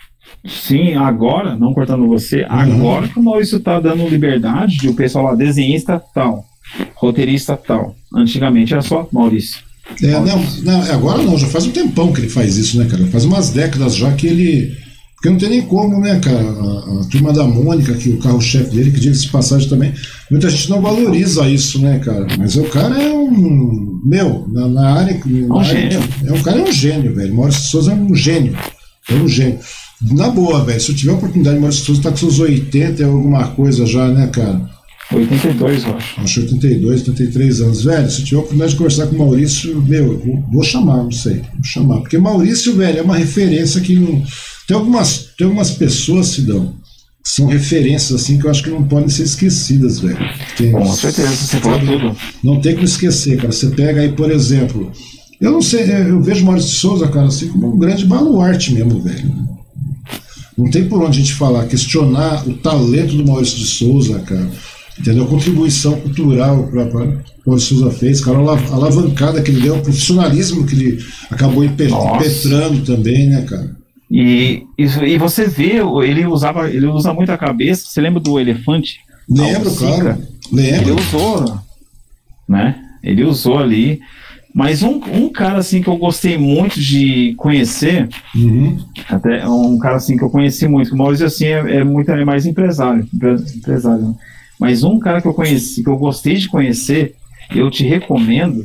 Sim, agora, não cortando você, uhum. agora que o Maurício tá dando liberdade de o pessoal lá, desenhista tal, roteirista tal. Antigamente era só Maurício. É, Maurício. Não, não, agora não, já faz um tempão que ele faz isso, né, cara? Faz umas décadas já que ele. Porque não tem nem como, né, cara? A, a turma da Mônica, que o carro-chefe dele, que diga-se de passagem também, muita gente não valoriza isso, né, cara? Mas o cara é um. Meu, na, na área. Na um área gênio. É um cara é um gênio, velho. Maurício de Souza é um gênio. É um gênio. Na boa, velho, se eu tiver a oportunidade, Maurício de Souza tá com seus oitenta e alguma coisa já, né, cara? oitenta e dois, eu acho. Acho oitenta e dois, oitenta e três anos. Velho, se eu tiver a oportunidade de conversar com o Maurício, meu, eu vou chamar, não sei, vou chamar. Porque Maurício, velho, é uma referência que não... Tem algumas, tem algumas pessoas, Sidão, que são referências, assim, que eu acho que não podem ser esquecidas, velho. Tem, com certeza, você falou tudo. Não tem como esquecer, cara. Você pega aí, por exemplo... Eu não sei, eu vejo o Maurício de Souza, cara, assim, como um grande baluarte mesmo, velho. Não tem por onde a gente falar, questionar o talento do Maurício de Souza, cara. Entendeu? A contribuição cultural que o Maurício de Souza fez, cara, a alavancada que ele deu, o profissionalismo que ele acabou impetrando também, né, cara? E, e, e você vê, ele usava, ele usa muito a cabeça. Você lembra do elefante? Lembro, claro. Lembro. Ele usou, né? Ele usou ali. Mas um, um cara assim que eu gostei muito de conhecer, uhum. até um cara assim que eu conheci muito, o Maurício assim é, é muito é mais empresário, empresário, né? Mas um cara que eu conheci, que eu gostei de conhecer, eu te recomendo,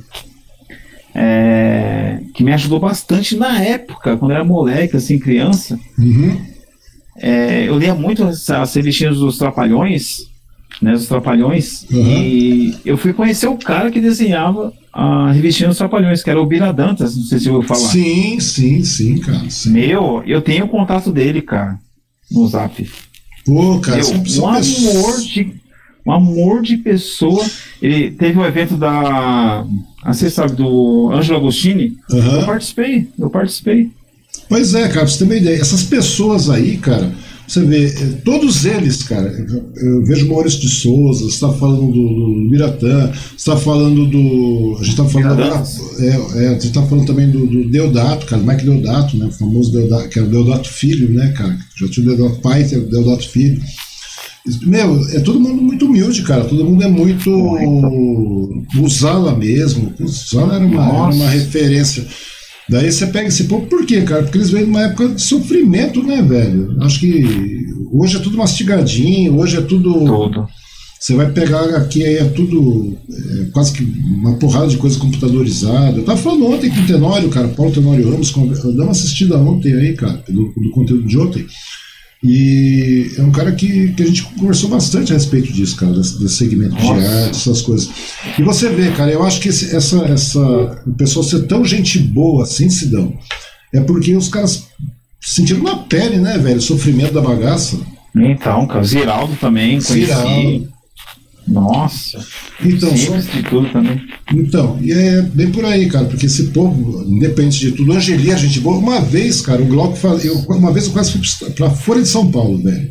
é, que me ajudou bastante na época, quando eu era moleque, assim, criança. Uhum. É, eu lia muito as, as revistinhas dos Trapalhões, né, os Trapalhões, uhum. e eu fui conhecer o cara que desenhava a revistinha dos Trapalhões, que era o Bira Dantas, não sei se eu vou falar. Sim, sim, sim, cara. Sim. Meu, eu tenho o contato dele, cara, no Zap. Pô, cara, Meu, são, são um pessoas... amor de um amor de pessoa. Ele teve um evento da, você sabe, do Ângelo Agostini. Uhum. Eu participei, eu participei. Pois é, cara, pra você ter uma ideia, essas pessoas aí, cara, você vê, todos eles, cara, eu vejo o Maurício de Souza, você está falando do, do Biratã, você está falando do. A gente está falando agora. É, é, a gente está falando também do, do Deodato, cara, Mike Deodato, né? O famoso Deodato, que era o Deodato Filho, né, cara? Já tinha o Deodato pai, tem o Deodato Filho. Meu, é todo mundo muito humilde, cara. Todo mundo é muito. O Zala mesmo. O Zala era uma, era uma referência. Daí você pega esse povo, por quê, cara? Porque eles vêm de uma época de sofrimento, né, velho? Acho que hoje é tudo mastigadinho, hoje é tudo. Tudo. Você vai pegar aqui, aí é tudo. É, quase que uma porrada de coisa computadorizada. Eu tava falando ontem com o Tenório, cara, Paulo Tenório Ramos, eu dei uma assistida ontem aí, cara, do, do conteúdo de ontem. E é um cara que, que a gente conversou bastante a respeito disso, cara, desse, desse segmento Nossa. de arte, essas coisas. E você vê, cara, eu acho que esse, essa, essa, o pessoal ser tão gente boa assim, Sidão, é porque os caras sentiram na pele, né, velho, o sofrimento da bagaça. Então, cara, Ziraldo também, conheci. Ziraldo. Nossa. Então, Simples só, de tudo também. então, e é bem por aí, cara, porque esse povo, independente de tudo, Angeli, a gente boa. Uma vez, cara, o Glauco fala, eu, uma vez eu quase fui pra Folha de São Paulo, velho.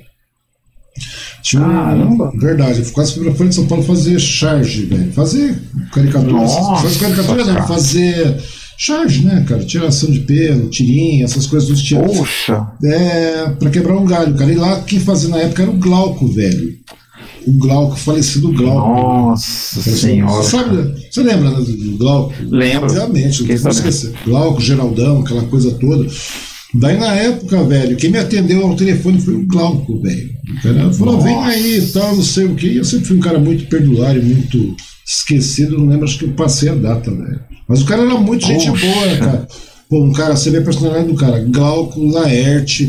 Tinha um, Caramba. verdade, eu quase fui pra Folha de São Paulo fazer charge, velho. Fazer caricatura. Nossa, fazer caricatura não, cara. fazer charge, né, cara? Tiração de pelo, tirinha, essas coisas dos tiros. Poxa. É, pra quebrar um galho, cara. E lá quem fazia na época era o Glauco, velho. O Glauco, falecido Glauco. Nossa senhora. Você, sabe, você lembra né, do Glauco? Lembro. Obviamente, não vou esquecer. Glauco, Geraldão, aquela coisa toda. Daí na época, velho, quem me atendeu ao telefone foi o Glauco, velho. O cara falou, vem aí e tal, não sei o que. Eu sempre fui um cara muito perdulário, muito esquecido, não lembro, acho que eu passei a data, velho. Mas o cara era muito Poxa. gente boa, cara. Pô, um cara, você vê a personalidade do cara, Glauco, Laerte,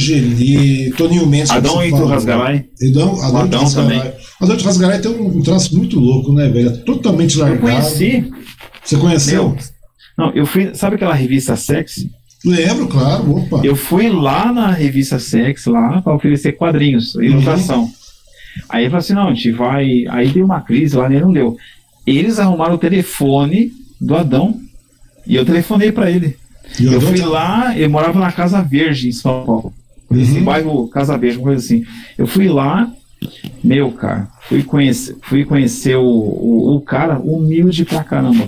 Angeli, Toninho Mendes. Adão e Rasgaray. Adão, Adão, Adão também. Adão de Rasgaray tem um, um traço muito louco, né, velho? É totalmente largado. Eu conheci. Você conheceu? Meu, não, eu fui, sabe aquela revista Sexy? Lembro, claro, opa. Eu fui lá na revista Sexy, lá, para oferecer quadrinhos, ilustração. Uhum. Aí eu falei assim, não, a gente vai... Aí deu uma crise lá, nem não deu. Eles arrumaram o telefone do Adão e eu telefonei para ele. E eu fui tá... lá, eu morava na Casa Verde, em São Paulo. Uhum. Esse bairro Casa Verde, uma coisa assim. Eu fui lá, meu, cara, fui conhecer, fui conhecer o, o, o cara humilde pra caramba.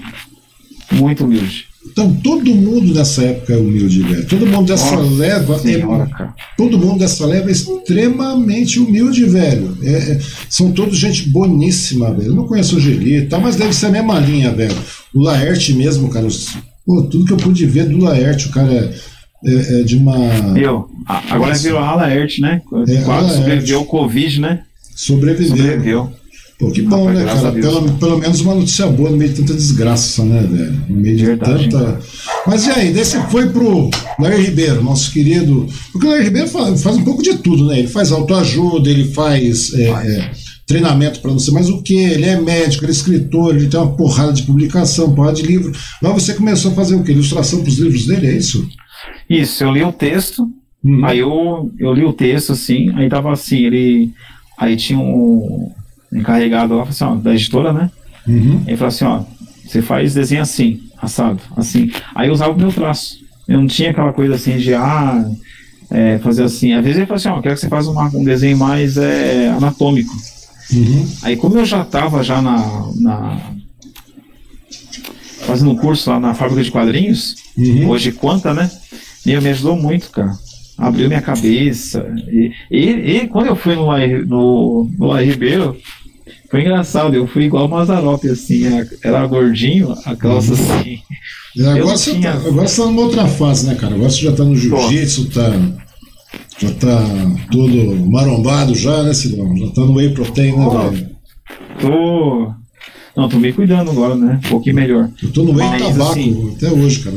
Muito humilde. Então, todo mundo nessa época é humilde, velho. Todo mundo dessa Nossa leva senhora, é, cara. Todo mundo dessa leva é extremamente humilde, velho. É, é, são todos gente boníssima, velho. Eu não conheço o Angeli e tal, mas deve ser a mesma linha, velho. O Laerte mesmo, cara. Pô, tudo que eu pude ver do Laerte, o cara é, é, é de uma. Eu, agora Nossa. Virou a Laerte, né? É, Quase sobreviveu ao Covid, né? Sobreviveu. Sobreviveu. Pô, que bom, Rapaz, né, cara? Pelo, pelo menos uma notícia boa no meio de tanta desgraça, né, velho? No meio de Verdade, tanta. Cara. Mas e aí, daí você foi pro Lair Ribeiro, nosso querido. Porque o Lair Ribeiro faz, faz um pouco de tudo, né? Ele faz autoajuda, ele faz é, é, treinamento para não sei mais o que, ele é médico, ele é escritor, ele tem uma porrada de publicação, uma porrada de livro. Lá você começou a fazer o quê? Ilustração pros livros dele, é isso? Isso, eu li o texto, hum. aí eu, eu li o texto, assim, aí tava assim, ele. Aí tinha um. encarregado lá, assim, ó, da editora, né? Uhum. Ele falou assim, ó, você faz desenho assim, assado, assim. Aí eu usava o meu traço. Eu não tinha aquela coisa assim de, ah, é, fazer assim. Às vezes ele falou assim, ó, eu quero que você faça uma, um desenho mais é, anatômico. Uhum. Aí como eu já estava já na, na... fazendo um curso lá na fábrica de quadrinhos, uhum. hoje Quanta, né? E me ajudou muito, cara. Abriu minha cabeça. E, e, e quando eu fui no Lair no, no Lair Ribeiro, foi engraçado, eu fui igual o Mazzaropi, assim, era gordinho, a calça assim. E agora, você tinha... tá, agora você tá numa outra fase, né, cara? Agora você já tá no jiu-jitsu, tá, já tá todo marombado já, né, Sidão? Já tá no whey protein, né, oh, velho? Tô... Não, tô me cuidando agora, né? Um pouquinho melhor. Eu tô no whey tabaco, assim, até hoje, cara.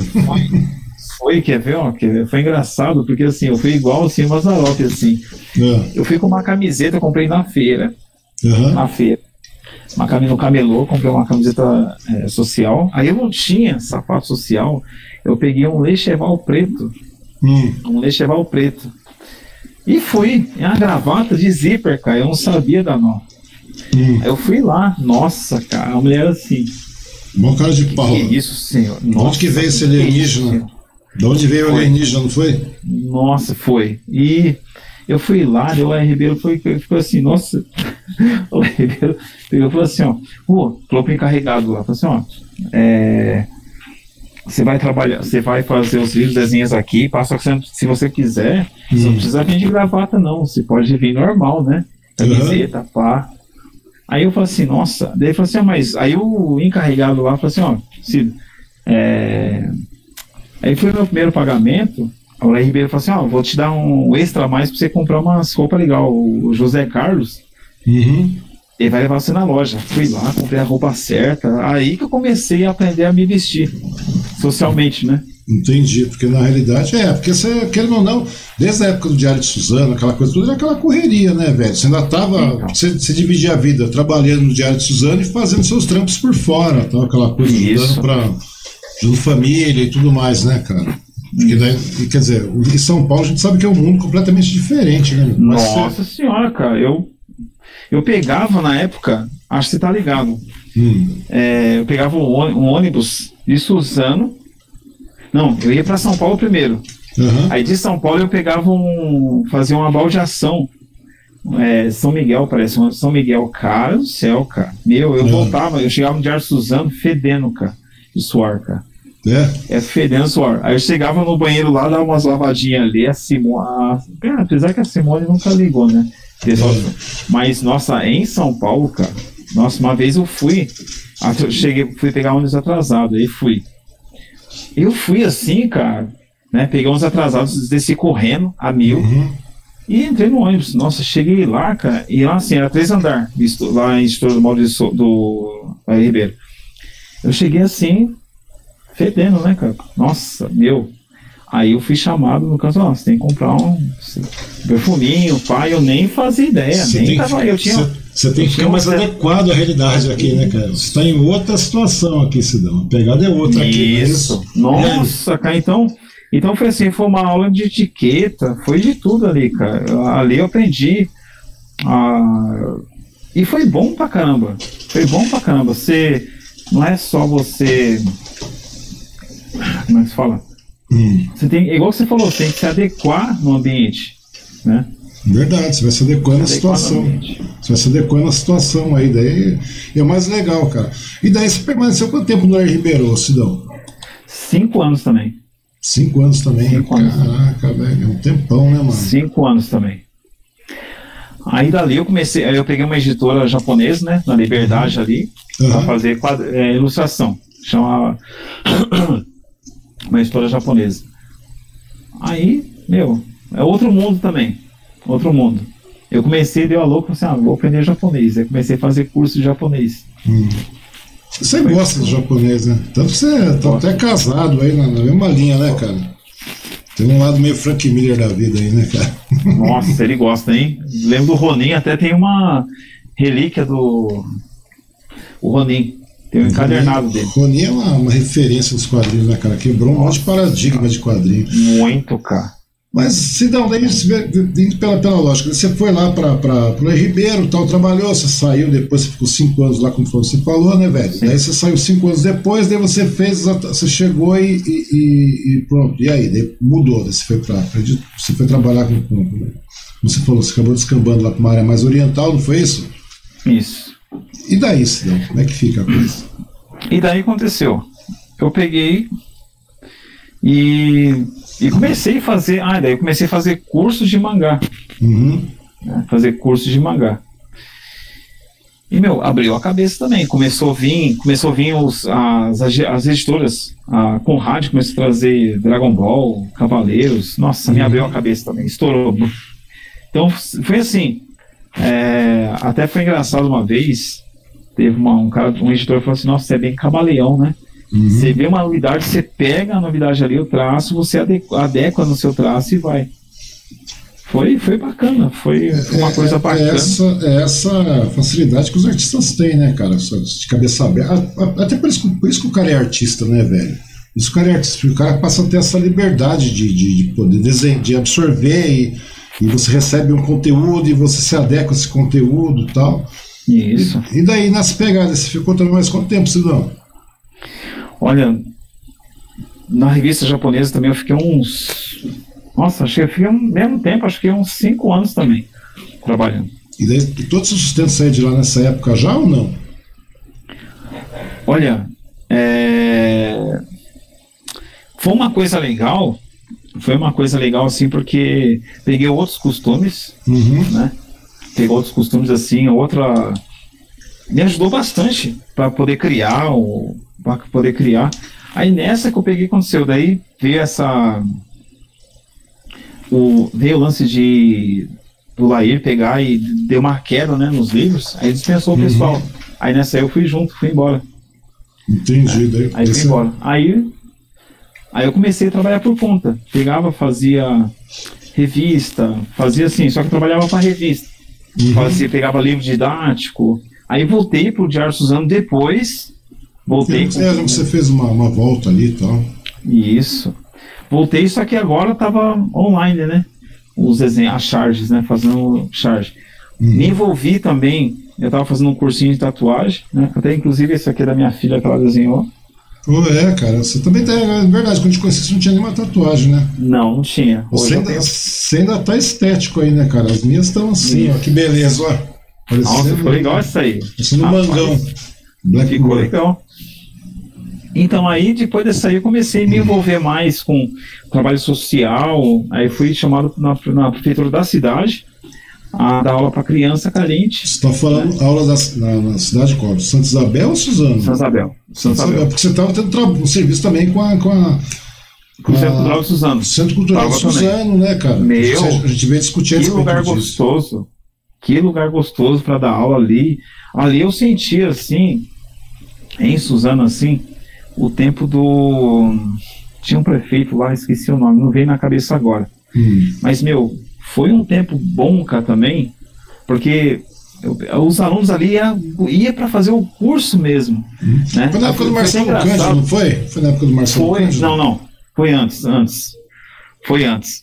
Foi, quer ver, ó, quer ver? Foi engraçado, porque assim, eu fui igual assim, o Mazzaropi, assim. É. Eu fui com uma camiseta, eu comprei na feira. Uhum. Na feira. Uma camiseta no camelô, comprei uma camiseta é, social. Aí eu não tinha sapato social, eu peguei um lecheval preto. Hum. Um lecheval preto. E fui, é uma gravata de zíper, cara, eu não sabia da nó. Hum. Aí eu fui lá, nossa, cara, a mulher assim. Bom cara de pau. Que isso, senhor? De onde que veio esse alienígena? De onde veio o alienígena, não foi? Nossa, foi. E eu fui lá, o Lair Ribeiro foi, ficou assim, nossa. O Lair Ribeiro pegou e falou assim, ó, pô, falou pro encarregado lá, falou assim, ó, é, você vai trabalhar, você vai fazer os livros, desenhos aqui, passa, se você quiser, hum. você não precisa vir de gravata, não, você pode vir normal, né? Camiseta, uhum. pá. Aí eu falei assim, nossa, daí ele falou assim, ah, mas aí o encarregado lá falou assim, ó, se, é, aí foi o meu primeiro pagamento, o Lair Ribeiro falou assim, ó, vou te dar um extra a mais pra você comprar umas roupas legais, o José Carlos, uhum. ele vai levar você na loja. Fui lá, comprei a roupa certa, aí que eu comecei a aprender a me vestir, socialmente, né? Entendi, porque na realidade é, porque você, querendo ou não, desde a época do Diário de Suzano, aquela coisa toda, era aquela correria, né, velho? Você ainda tava, então. você, você dividia a vida trabalhando no Diário de Suzano e fazendo seus trampos por fora, tá? Aquela coisa, ajudando pra, ajudando família e tudo mais, né, cara? Porque daí, quer dizer, em São Paulo a gente sabe que é um mundo completamente diferente, né? Mas Nossa você... senhora, cara, eu Eu pegava na época, acho que você tá ligado, Hum. é, eu pegava um, ôni- um ônibus de Suzano. Não, eu ia para São Paulo primeiro. Aham. Aí de São Paulo eu pegava um. Fazia uma baldeação. É, São Miguel, parece. um São Miguel, cara do céu, cara. Meu, eu É. voltava, eu chegava no Diário Suzano fedendo, cara. De suor, cara. É. É fedendo suor. Aí eu chegava no banheiro lá, dava umas lavadinhas ali, a Simone. A, apesar que a Simone nunca ligou, né? Pessoal, É. mas, nossa, em São Paulo, cara. Nossa, uma vez eu fui. Eu cheguei, fui pegar ônibus atrasado, aí fui. Eu fui assim, cara, né? Peguei uns atrasados, desci correndo a mil Uhum. e entrei no ônibus. Nossa, cheguei lá, cara, e lá assim, era três andar, visto, lá em Estouro do Maurício do Bahia Ribeiro. Eu cheguei assim, fedendo, né, cara? Nossa, meu. Aí eu fui chamado no canto, ó, você tem que comprar um perfuminho, pai, eu nem fazia ideia, Você nem tem, tava, eu tinha... você- você tem eu que tinha ficar mais uma- adequado à realidade aqui, né, cara? Você está em outra situação aqui, Sidão. A pegada é outra aqui. mas- Isso. Nossa, cara, então, então foi assim, foi uma aula de etiqueta, foi de tudo ali, cara. Ali eu aprendi. ah, E foi bom pra caramba. Foi bom pra caramba. Você não é só você. Como é que se fala? Hum, Você tem, igual você falou, você tem que se adequar no ambiente, né? verdade, você vai se adequando à Se adequar no situação. ambiente. Você vai se adequando à situação aí, daí é o mais legal, cara. E daí você permaneceu quanto tempo no Air Ribeiro, Sidão? Cinco anos também. Cinco anos também. Cinco anos. Caraca, velho, é um tempão, né, mano? Cinco anos também. Aí dali eu comecei, aí eu peguei uma editora japonesa, né, na Liberdade ali, Aham. para fazer quadro, é, ilustração. Chama uma editora japonesa. Aí, meu, é outro mundo também. Outro mundo. Eu comecei, deu a louca, assim, ah, vou aprender japonês. Aí comecei a fazer curso de japonês. Hum. Você gosta do japonês, né? Tanto que você tá até casado aí na, na mesma linha, né, cara? Tem um lado meio Frank Miller da vida aí, né, cara? Nossa, ele gosta, hein? Lembro do Ronin, até tem uma relíquia do. O Ronin. Tem um encadernado dele. Ronin é uma, uma referência dos quadrinhos, né, cara? Quebrou um monte de paradigma de quadrinho. Muito, cara. Mas, Sidão, daí, indo pela, pela lógica, você foi lá para o Ribeiro, tal, trabalhou, você saiu, depois você ficou cinco anos lá, como você falou, né, velho? Sim. Daí você saiu cinco anos depois, daí você fez, você chegou e, e, e- e pronto. E aí, daí mudou, daí você foi para, você foi trabalhar com, com, como você falou, você acabou descambando lá para uma área mais oriental, não foi isso? Isso. E daí, Sidão, como é que fica a coisa? E daí aconteceu. Eu peguei e, e comecei a fazer. Ah, daí eu comecei a fazer cursos de mangá. Uhum. Né, fazer cursos de mangá. E, meu, abriu a cabeça também. Começou a vir, começou a vir os, as, as editoras. A Conrad começou a trazer Dragon Ball, Cavaleiros. Nossa, me Uhum. abriu a cabeça também. Estourou. Então, foi assim. é, até foi engraçado uma vez. Teve uma, um cara, um editor falou assim: nossa, você é bem camaleão, né? Uhum. Você vê uma novidade, você pega a novidade ali, o traço, você adequa, adequa no seu traço e vai. Foi, foi bacana, foi, foi uma É- coisa é, bacana. É essa, é essa facilidade que os artistas têm, né, cara? Essa- De cabeça aberta. A- a- Até por isso, que- por isso que o cara é artista, né, velho? Isso que o cara é artista, porque o cara passa a ter essa liberdade de, de, de poder desenhar, de absorver e, e você recebe um conteúdo e você se adequa a esse conteúdo e tal. Isso. E daí, nas pegadas, você ficou também mais quanto tempo, Sidão? Olha, na revista japonesa também eu fiquei uns. Nossa, acho que eu fiquei um mesmo tempo, acho que uns cinco anos também trabalhando. E daí, todo o seu sustento saiu de lá nessa época já ou não? Olha, é, foi uma coisa legal, foi uma coisa legal assim, porque peguei outros costumes, Uhum. né? Pegou outros costumes assim, outra. Me ajudou bastante para poder criar, para poder criar. Aí nessa que eu peguei aconteceu, daí veio essa. O, veio o lance de do Lair pegar e deu uma queda, né, nos livros, aí dispensou o Uhum. pessoal. Aí nessa aí eu fui junto, fui embora. Entendi. Daí, Aí fui esse- embora. Aí, aí eu comecei a trabalhar por conta. Pegava, fazia revista, fazia assim, só que eu trabalhava para revista. Uhum. Fazia, pegava livro didático. Aí voltei pro Diário Suzano depois. Voltei É, eu lembro que você fez uma, uma volta ali e tal. Isso. Voltei, só que agora tava online, né? Os desenhos, as charges, né? Fazendo charge. Me envolvi também, eu estava fazendo um cursinho de tatuagem, né? Até inclusive esse aqui é da minha filha que ela desenhou. Oh, é, cara, você também tem, é verdade, quando a gente conheceu você não tinha nenhuma tatuagem, né? Não, não tinha. Hoje você, ainda, tenho... você ainda tá estético aí, né, cara? As minhas estão assim, ó, que beleza, ó. Parecendo, nossa, ficou legal essa aí. Parecendo um mangão. Black ficou Gold. Legal. Então aí, depois dessa aí, eu comecei a me envolver mais com trabalho social, aí fui chamado na, na prefeitura da cidade a dar aula para criança carente. Você está falando né? aula da, na, na cidade qual? Santa Isabel ou Suzano? Santa Isabel. Santa Isabel, porque você estava tendo um serviço também com a... Com a com o Centro Cultural de Suzano. Centro Cultural de Suzano, né, cara? Meu, a gente veio discutir que lugar gostoso. Que lugar gostoso para dar aula ali. Ali eu sentia, assim, em Suzano, assim, o tempo do... Tinha um prefeito lá, esqueci o nome, não veio na cabeça agora. Hum. Mas, meu, foi um tempo bom, cara, também, porque eu, os alunos ali iam ia para fazer o curso mesmo. Hum. Né? Foi na época do Marcelo Cândido, não foi? Foi na época do Marcelo foi, Cândido? Não, não. Foi antes, antes. Foi antes.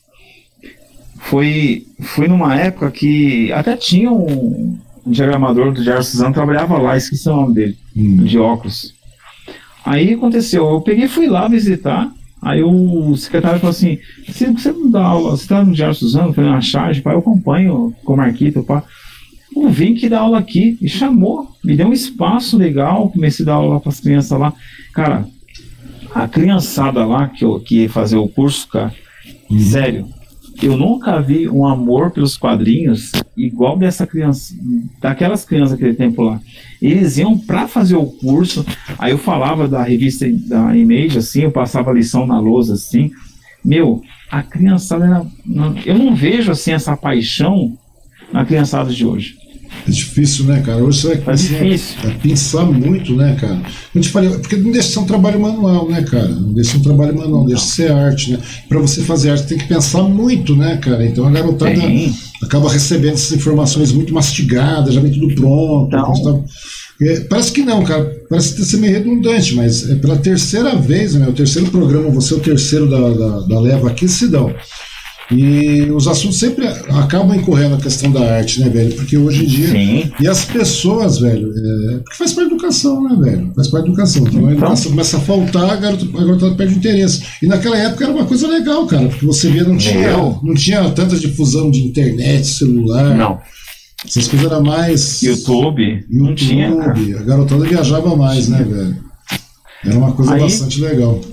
Foi, foi numa época que até tinha um, um diagramador do Diário Suzano, trabalhava lá, esqueci o nome dele, hum. de óculos. Aí aconteceu, eu peguei e fui lá visitar, aí o secretário falou assim, você não dá aula, você está no Diário Suzano, foi na charge, pá, eu acompanho com o Marquito, pá. Eu vim que dar aula aqui, e chamou, me deu um espaço legal, comecei a dar aula para as crianças lá. Cara, a criançada lá, que, eu, que ia fazer o curso, cara, hum. sério, eu nunca vi um amor pelos quadrinhos igual dessa criança, daquelas crianças daquele tempo lá. Eles iam para fazer o curso, aí eu falava da revista da Image, assim, eu passava a lição na lousa, assim. Meu, a criançada era... Eu não vejo, assim, essa paixão na criançada de hoje. É difícil, né, cara? Hoje você vai é difícil. Vai pensar muito, né, cara? Eu te falei, porque não deixa de ser um trabalho manual, né, cara? Não deixa de ser um trabalho manual, não deixa de ser arte, né? Para você fazer arte tem que pensar muito, né, cara? Então a garotada Sim. acaba recebendo essas informações muito mastigadas, já vem tudo pronto. Tá... É, parece que não, cara. Parece ser meio redundante, mas é pela terceira vez, né? O terceiro programa, você é o terceiro da, da, da leva aqui, Sidão. E os assuntos sempre acabam incorrendo na questão da arte, né, velho? Porque hoje em dia... Sim. E as pessoas, velho... É, porque faz parte da educação, né, velho? Faz parte da educação. Então a educação começa a faltar, a garota, a garota perde o interesse. E naquela época era uma coisa legal, cara. Porque você via, não tinha, não tinha tanta difusão de internet, celular... Não. Essas coisas eram mais... YouTube, YouTube não tinha, cara. A garotada viajava mais, né, velho? Era uma coisa Aí, bastante legal.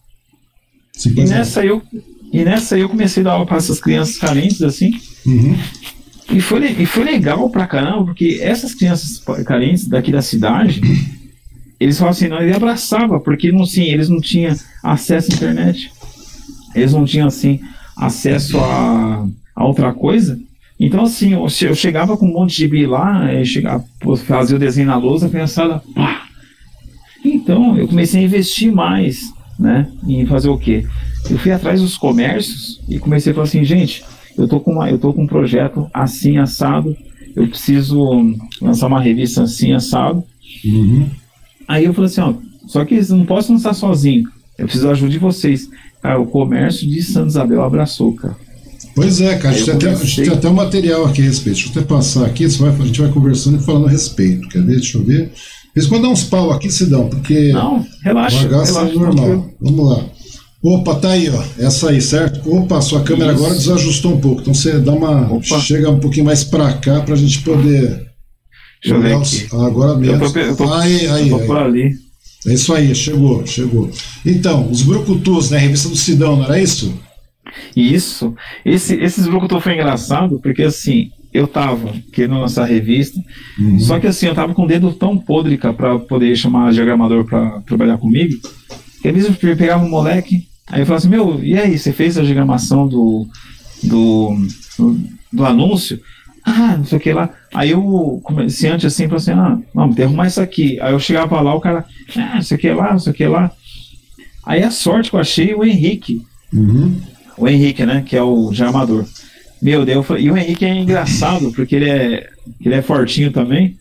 E nessa eu... E nessa aí eu comecei a dar aula para essas crianças carentes, assim. Uhum. E, foi, e foi legal pra caramba, porque essas crianças carentes daqui da cidade, eles falavam assim, não, ele abraçava, porque não, assim, eles não tinham acesso à internet. Eles não tinham, assim, acesso a, a outra coisa. Então, assim, eu, eu chegava com um monte de gibi lá, eu chegava, fazia o desenho na lousa, a criançada, pá. Então, eu comecei a investir mais, né, em fazer o quê? Eu fui atrás dos comércios e comecei a falar assim, gente, eu tô com, uma, eu tô com um projeto assim, assado, eu preciso lançar uma revista assim, assado. Uhum. Aí eu falei assim, ó, só que eu não posso lançar sozinho, eu preciso da ajuda de vocês. Cara, o comércio de Santa Isabel abraçou, cara. Pois é, cara, a gente, até, a gente tem até um material aqui a respeito. Deixa eu até passar aqui, vai, a gente vai conversando e falando a respeito. Quer ver? Deixa eu ver. Eles quando dá uns pau aqui, se dão, porque não, relaxa, o bagaço relaxa, é normal. Vamos lá. Opa, tá aí, ó. Essa aí, certo? Opa, sua câmera Isso. agora desajustou um pouco. Então você dá uma. Opa. Chega um pouquinho mais pra cá pra gente poder. Deixa eu ver aqui. Agora mesmo. Eu tô, eu tô, aí, aí, eu tô aí. por ali. É isso aí, chegou, chegou. Então, os Brucutus, né? Revista do Sidão, não era isso? Isso. Esse, esses Brucutus foi engraçado, porque assim, eu tava querendo lançar revista, uhum. só que assim, eu tava com o dedo tão podre pra poder chamar diagramador pra trabalhar comigo, que às vezes eu pegava um moleque. Aí eu falava assim, meu, e aí, você fez a diagramação do, do, do, do anúncio? Ah, não sei o que lá. Aí eu, comerciante assim, falou assim, ah, vamos ter que arrumar isso aqui. Aí eu chegava lá, o cara, ah, não sei o que lá, não sei o que lá. Aí a sorte que eu achei o Henrique. Uhum. O Henrique, né, que é o diagramador. Meu Deus, e o Henrique é engraçado, porque ele é, ele é fortinho também.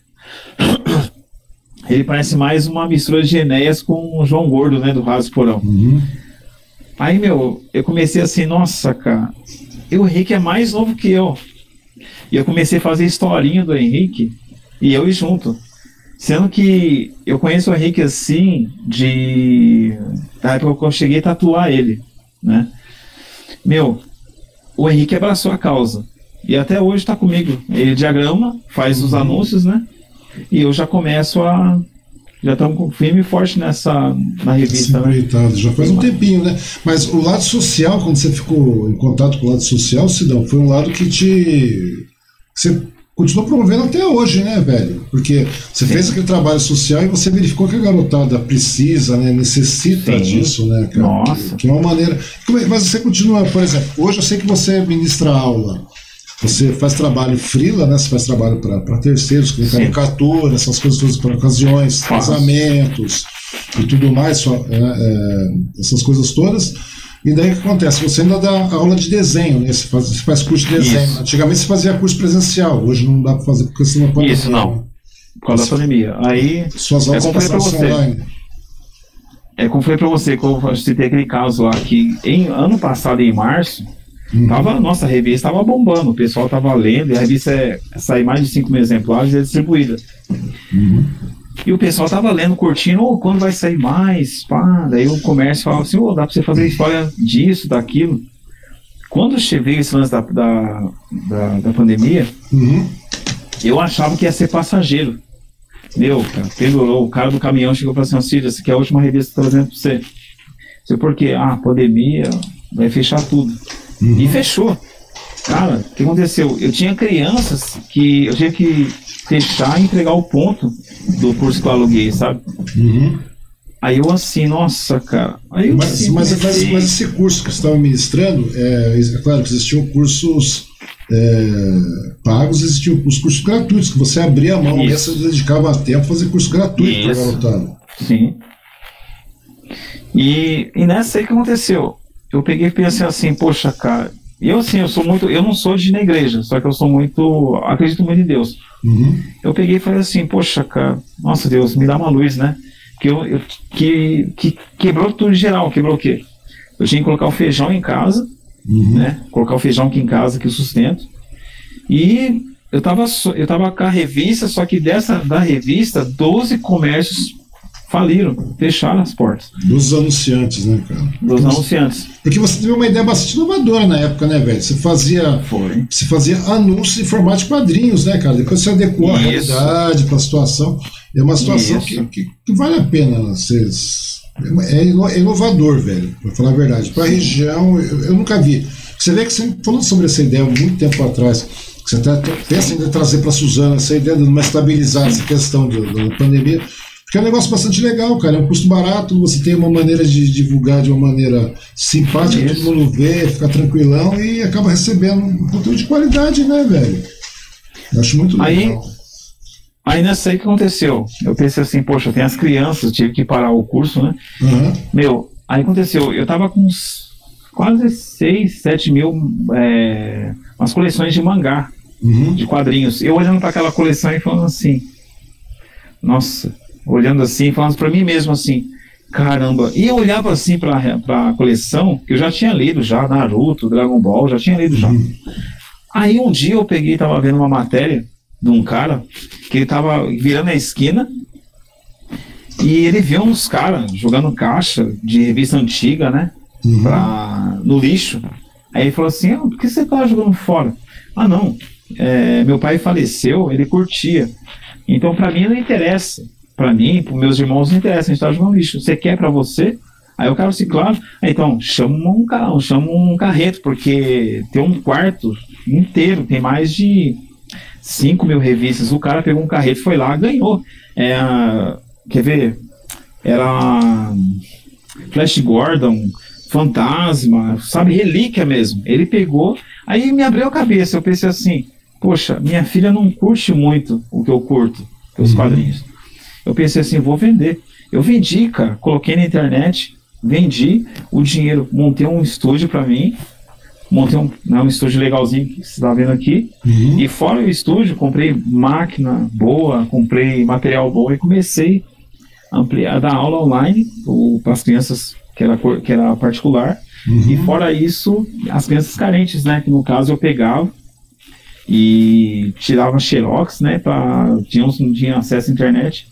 Ele parece mais uma mistura de Enéas com o João Gordo, né, do Raso Porão. Uhum. Aí, meu, eu comecei assim, nossa, cara, e o Henrique é mais novo que eu. E eu comecei a fazer historinha do Henrique, e eu ir junto. Sendo que eu conheço o Henrique assim, de... da época que eu cheguei a tatuar ele, né? Meu, o Henrique abraçou a causa. E até hoje está comigo. Ele diagrama, faz os anúncios, né? E eu já começo a... Já estamos firme e forte nessa na revista. Sim, né? Já faz um tempinho, né? Mas o lado social, quando você ficou em contato com o lado social, Sidão, foi um lado que te... Você continuou promovendo até hoje, né, velho? Porque você Sim. fez aquele trabalho social e você verificou que a garotada precisa, né? Necessita Sim. disso, né, cara? Nossa. Que é uma maneira... Mas você continua, por exemplo, hoje eu sei que você ministra aula. Você faz trabalho freela, né? Você faz trabalho para terceiros, com caricatura, essas coisas todas para ocasiões, Faz. casamentos e tudo mais, só, é, é, essas coisas todas. E daí o que acontece? Você ainda dá aula de desenho, né? Você faz, você faz curso de desenho. Isso. Antigamente você fazia curso presencial, hoje não dá para fazer porque você não pode. Isso, não. Por causa da pandemia. Aí, suas aulas é como passaram você. online. É como falei para você, que eu citei aquele caso lá que em ano passado, em março, Uhum. Tava, nossa, a revista estava bombando, o pessoal estava lendo, e a revista é, sai mais de cinco mil exemplares e é distribuída. Uhum. E o pessoal estava lendo, curtindo, oh, quando vai sair mais? Pá. Daí o comércio falava assim, oh, dá para você fazer história disso, daquilo. Quando veio esse lance da, da, da, da pandemia, uhum. eu achava que ia ser passageiro. Meu, cara, pendurou, o cara do caminhão chegou e falou assim, Círio, essa aqui é a última revista que eu tô trazendo para você. Sei por quê? Ah, pandemia, vai fechar tudo. Uhum. E fechou. Cara, o que aconteceu? Eu tinha crianças que eu tinha que fechar e entregar o ponto do curso que eu aluguei, sabe? Uhum. Aí eu assim, nossa, cara. Aí eu mas, assim, mas, mas, mas esse curso que você estava ministrando, é, é claro que existiam cursos é, pagos, existiam os cursos gratuitos, que você abria a mão, e você dedicava tempo a fazer curso gratuito para garotada. Sim. E, e nessa aí que aconteceu? Eu peguei e pensei assim, poxa, cara, eu assim, eu sou muito, eu não sou de ir na igreja, só que eu sou muito, acredito muito em Deus. Uhum. Eu peguei e falei assim, poxa, cara, nossa Deus, me dá uma luz, né? Que, eu, eu, que, que quebrou tudo em geral, quebrou o quê? Eu tinha que colocar o feijão em casa, uhum. né? Colocar o feijão aqui em casa, que eu sustento. E eu tava, eu tava com a revista, só que dessa, da revista, doze comércios faliram, fecharam as portas. Dos anunciantes, né, cara? Dos porque anunciantes. Você, porque você teve uma ideia bastante inovadora na época, né, velho? Você fazia, Foi. Você fazia anúncios em formato de quadrinhos, né, cara? Depois você adequou a realidade para a situação. É uma situação que, que, que vale a pena. Vocês, é inovador, velho, para falar a verdade. Para a região, eu, eu nunca vi. Você vê que você falou sobre essa ideia muito tempo atrás, que você até pensa em trazer para a Suzana essa ideia de uma estabilizar essa questão da, da pandemia. Porque é um negócio bastante legal, cara. É um custo barato, você tem uma maneira de divulgar de uma maneira simpática, Isso. todo mundo vê, fica tranquilão e acaba recebendo um conteúdo de qualidade, né, velho? Eu acho muito legal. Aí, aí nessa aí que aconteceu. Eu pensei assim, poxa, tem as crianças, tive que parar o curso, né? Uhum. Meu, aí aconteceu, eu tava com uns quase seis, sete mil é, umas coleções de mangá, uhum. de quadrinhos. Eu olhando para aquela coleção e falando assim, nossa... olhando assim, falando para mim mesmo assim, caramba, e eu olhava assim para a coleção, que eu já tinha lido já, Naruto, Dragon Ball, já tinha lido já. Uhum. Aí um dia eu peguei e tava vendo uma matéria de um cara, que ele tava virando a esquina, e ele viu uns caras jogando caixa de revista antiga, né, uhum. pra, no lixo. Aí ele falou assim, ah, por que você tava jogando fora? Ah não, é, meu pai faleceu, ele curtia, então para mim não interessa. Pra mim, pros meus irmãos não interessa, a gente tá jogando lixo. Você quer pra você? Aí o cara assim, claro. Aí, então, chama um carro, chama um carreto, porque tem um quarto inteiro, tem mais de cinco mil revistas. O cara pegou um carreto, foi lá, ganhou. É, quer ver? Era Flash Gordon, Fantasma, sabe, relíquia mesmo. Ele pegou, aí me abriu a cabeça. Eu pensei assim, poxa, minha filha não curte muito o que eu curto, os uhum. quadrinhos. Eu pensei assim, vou vender. Eu vendi, cara, coloquei na internet, vendi o dinheiro, montei um estúdio para mim, montei um, né, um estúdio legalzinho que você está vendo aqui, uhum. e fora o estúdio, comprei máquina boa, comprei material bom e comecei a ampliar, a dar aula online para as crianças que era, que era particular, uhum. e fora isso, as crianças carentes, né, que no caso eu pegava e tirava xerox, né, pra, tinha uns, não tinha acesso à internet,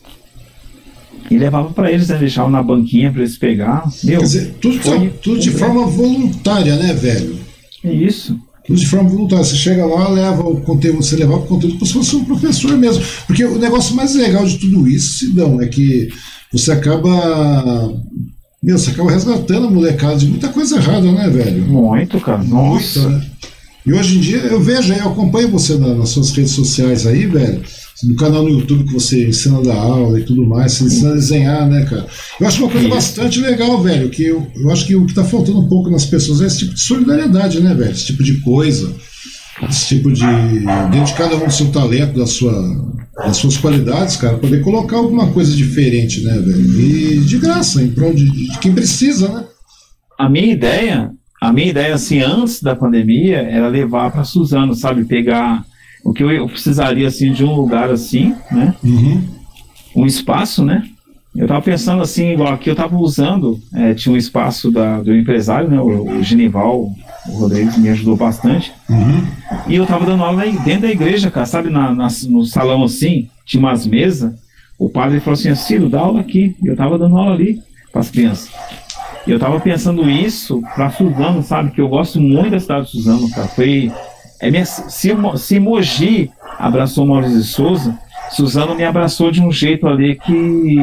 e levava para eles, né, deixava na banquinha para eles pegar. Meu, quer dizer, tudo, foi, tudo de forma voluntária, né, velho? Isso. Tudo de forma voluntária. Você chega lá, leva o conteúdo, você levava o conteúdo como se fosse um professor mesmo. Porque o negócio mais legal de tudo isso, Sidão, é que você acaba. Meu, você acaba resgatando a molecada de muita coisa errada, né, velho? Muito, cara. Nossa. Muito, né? E hoje em dia, eu vejo aí, eu acompanho você na, nas suas redes sociais aí, velho. No canal no YouTube que você ensina a dar aula e tudo mais, você ensina a desenhar, né, cara? Eu acho uma coisa Isso. bastante legal, velho, que eu, eu acho que o que tá faltando um pouco nas pessoas é esse tipo de solidariedade, né, velho? Esse tipo de coisa, esse tipo de... dentro de cada um do seu talento, da sua, das suas qualidades, cara, poder colocar alguma coisa diferente, né, velho? E de graça, em prol de, de quem precisa, né? A minha ideia, a minha ideia, assim, antes da pandemia, era levar pra Suzano, sabe? Pegar... O que eu, eu precisaria, assim, de um lugar assim, né? Uhum. Um espaço, né? Eu tava pensando assim, igual aqui eu tava usando, é, tinha um espaço da, do empresário, né? O, o Genival, o Rodrigues me ajudou bastante. Uhum. E eu tava dando aula dentro da igreja, cara, sabe? Na, na, no salão assim, tinha umas mesas. O padre falou assim, Ciro, dá aula aqui. E eu tava dando aula ali para as crianças. E eu tava pensando isso pra Suzano, sabe? Que eu gosto muito da cidade de Suzano, cara. Foi... É minha, se, se Mogi abraçou Maurício de Souza, Suzano me abraçou de um jeito ali que...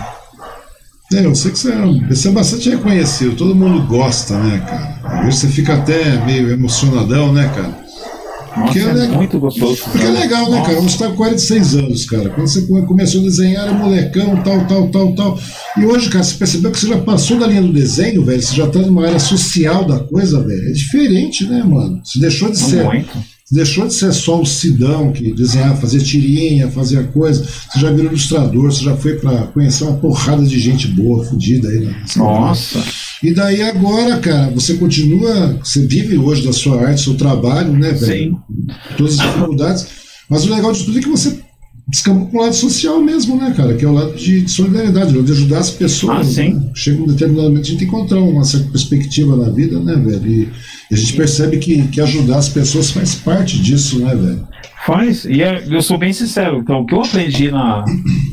É, eu sei que você é, você é bastante reconhecido, todo mundo gosta, né, cara? Às vezes você fica até meio emocionadão, né, cara? Nossa, é, é legal, muito gostoso. Porque é legal, né, cara? Você tá com quarenta e seis anos, cara. Quando você começou a desenhar, era molecão, tal, tal, tal, tal. E hoje, cara, você percebeu que você já passou da linha do desenho, velho? Você já tá numa área social da coisa, velho. É diferente, né, mano? Você deixou de ser... Muito. Deixou de ser só o Sidão que desenhava, fazia tirinha, fazia coisa. Você já virou ilustrador, você já foi para conhecer uma porrada de gente boa, fodida aí, né? Nossa! E daí agora, cara, você continua, você vive hoje da sua arte, do seu trabalho, né, velho? Sim. Todas as dificuldades. Mas o legal de tudo é que você descambou para o lado social mesmo, né, cara? Que é o lado de, de solidariedade, de ajudar as pessoas. Ah, sim. Né? Chega um determinado momento a gente encontrar uma certa perspectiva na vida, né, velho? E, e a gente percebe que, que ajudar as pessoas faz parte disso, né, velho? Faz, e é, eu sou bem sincero. Então, o que eu aprendi na,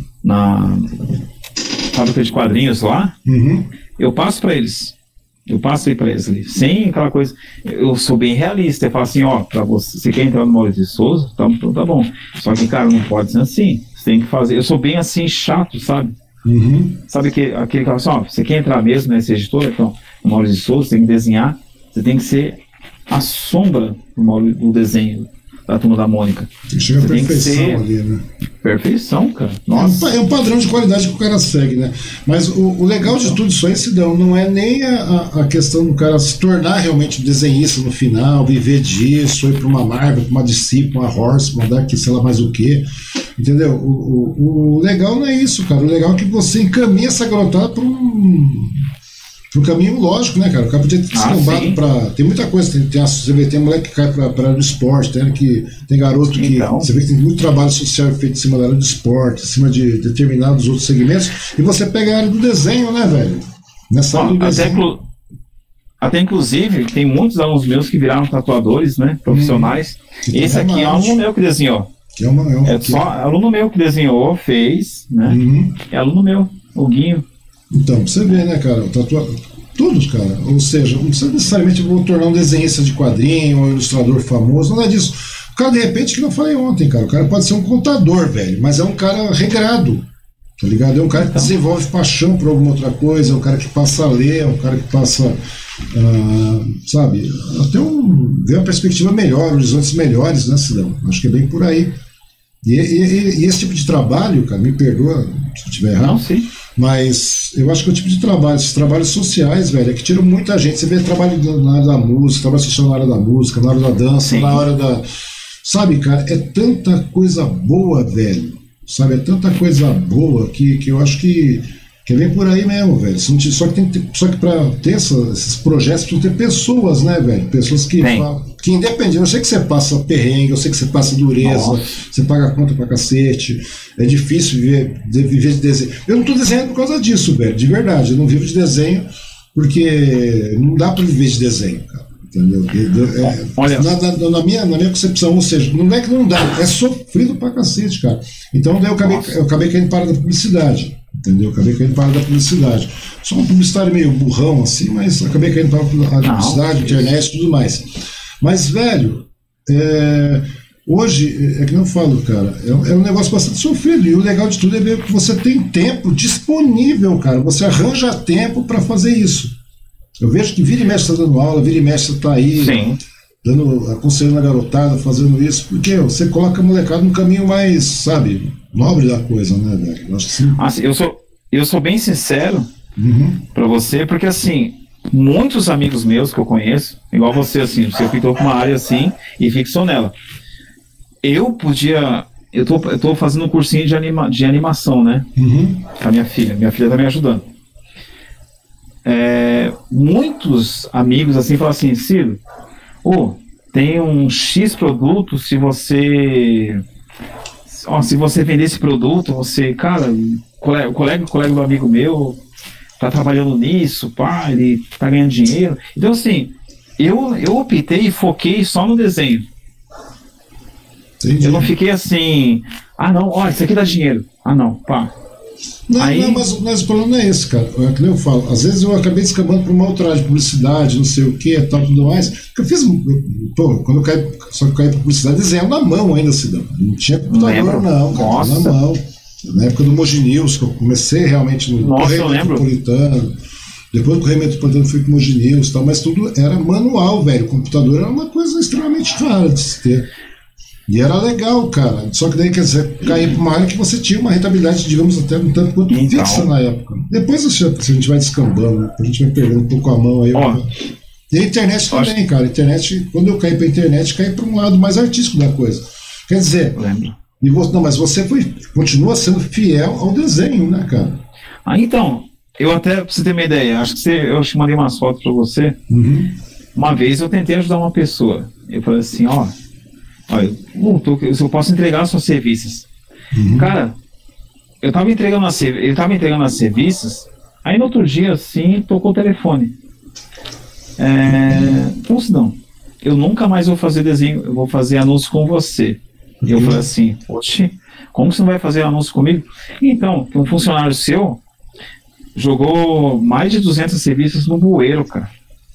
na fábrica de quadrinhos lá, uhum. eu passo para eles. Eu passo aí para eles ali, sem aquela coisa. Eu sou bem realista. Eu falo assim: ó, para você, você quer entrar no Maurício de Souza? Então, então tá bom. Só que, cara, não pode ser assim. Você tem que fazer. Eu sou bem assim, chato, sabe? Uhum. Sabe que, aquele que fala assim: ó, você quer entrar mesmo nessa editora? Então, no Maurício de Souza, você tem que desenhar. Você tem que ser a sombra do, do desenho da Turma da Mônica. Chega a perfeição ali, né? Perfeição, cara. Nossa. É um padrão de qualidade que o cara segue, né? Mas o, o legal de tudo isso aí, Sidão, não é nem a, a questão do cara se tornar realmente desenhista no final, viver disso, ir para uma Marvel, para uma D C, para uma Horse, mandar aqui, sei lá mais o quê. Entendeu? O, o, o legal não é isso, cara. O legal é que você encaminha essa garotada para um. Pro caminho lógico, né, cara? O cara podia ter descambado ah, pra. Tem muita coisa, tem, tem, você vê, tem moleque que cai pra, pra área do esporte, tem, que, tem garoto que. Então. Você vê que tem muito trabalho social feito em cima da área do esporte, em cima de determinados outros segmentos, e você pega a área do desenho, né, velho? Nessa área do até, desenho. Inclu... até inclusive, tem muitos alunos meus que viraram tatuadores, né? Profissionais. Hum, Esse aqui é um aluno meu que desenhou. Que é, uma, é, um, é que... só aluno meu que desenhou, fez, né? Uhum. É aluno meu, o Guinho. Então, você vê, né, cara, o tatuador, todos, cara, ou seja, não precisa necessariamente vou tornar um desenhista de quadrinho, um ilustrador famoso, nada disso. O cara, de repente, que eu falei ontem, cara, o cara pode ser um contador, velho, mas é um cara regrado, tá ligado? É um cara que então. desenvolve paixão por alguma outra coisa, é um cara que passa a ler, é um cara que passa, uh, sabe, até um, ver uma perspectiva melhor, horizontes melhores, né, Sidão? Acho que é bem por aí. E, e, e esse tipo de trabalho, cara, me perdoa se eu estiver errado, não, sim. Mas eu acho que é o tipo de trabalho, esses trabalhos sociais, velho, é que tiram muita gente. Você vê trabalho na área da música, trabalho social na área da música, na área da dança, sim. na área da... Sabe, cara, é tanta coisa boa, velho. Sabe, é tanta coisa boa que, que eu acho que, que vem por aí mesmo, velho. Só que, tem que, ter, só que pra ter essa, esses projetos, precisa ter pessoas, né, velho? Pessoas que... Que independente, eu sei que você passa perrengue, eu sei que você passa dureza, Nossa. Você paga conta pra cacete, é difícil viver, viver de desenho. Eu não tô desenhando por causa disso, velho, de verdade, eu não vivo de desenho porque não dá pra viver de desenho, cara. Entendeu? É, Olha, na, na, na, minha, na minha concepção, ou seja, não é que não dá, é sofrido pra cacete, cara. Então daí eu acabei, eu acabei caindo para da publicidade. Entendeu? Eu acabei caindo para da publicidade. Sou um publicitário meio burrão, assim, mas acabei caindo para a publicidade, internet e tudo mais. Mas, velho, é, hoje, é que eu falo, cara, é, é um negócio bastante sofrido. E o legal de tudo é ver que você tem tempo disponível, cara. Você arranja tempo para fazer isso. Eu vejo que vira e mexe está dando aula, vira e mexe está aí, sim, dando, aconselhando a garotada, fazendo isso, porque você coloca a molecada num caminho mais, sabe, nobre da coisa, né, velho? Eu acho que sim. Assim, eu sou, eu sou bem sincero Uhum. pra você, porque assim, muitos amigos meus que eu conheço, igual você, assim, você pintou com uma área assim e fixou nela. Eu podia. Eu tô, eu tô fazendo um cursinho de, anima, de animação, né? Uhum. Com a minha filha. Minha filha tá me ajudando. É, muitos amigos assim falam assim, Ciro, oh, tem um X produto, se você ó, se você vender esse produto, você, cara, o colega, o colega, o colega do amigo meu tá trabalhando nisso, pá, ele tá ganhando dinheiro. Então assim, eu, eu optei e foquei só no desenho. Entendi. Eu não fiquei assim, ah não, ó, isso aqui dá dinheiro. Ah não, pá. Não, Aí... não, mas, mas o problema não é esse, cara. É que nem eu falo. Às vezes eu acabei descambando por uma outra área de publicidade, não sei o que, tal, tudo mais. Eu fiz. Pô, quando eu caí, só que eu caí para publicidade, desenhando na mão ainda, Cidão. Não tinha computador, Lembro. não, cara. Nossa. Na mão. Na época do Mogi News, que eu comecei realmente no Nossa, Correio Metropolitano. Depois do Correio Metropolitano fui pro Mogi News e tal, mas tudo era manual, velho. O computador era uma coisa extremamente rara de se ter. E era legal, cara. Só que daí, quer dizer, cair para uma área que você tinha uma rentabilidade, digamos, até um tanto quanto então... fixa na época. Depois a gente vai descambando, né? A gente vai perdendo um pouco a mão aí. Ó, e a internet também, acho... cara. A internet, quando eu caí para a internet, caí para um lado mais artístico da coisa. Quer dizer, lembro. E você, não, mas você foi, continua sendo fiel ao desenho, né, cara? Ah, então, eu até, pra você ter uma ideia, acho que você, eu te mandei umas fotos para você. Uhum. Uma vez eu tentei ajudar uma pessoa. Eu falei assim, ó, ó eu, eu, tô, eu posso entregar suas serviços. Uhum. Cara, eu tava entregando as, ele tava entregando as serviços, aí no outro dia, assim, tocou o telefone. É, então, não, eu nunca mais vou fazer desenho, eu vou fazer anúncio com você. E eu falei assim, poxa, como você não vai fazer anúncio comigo? Então, um funcionário seu jogou mais de duzentos serviços no bueiro, cara.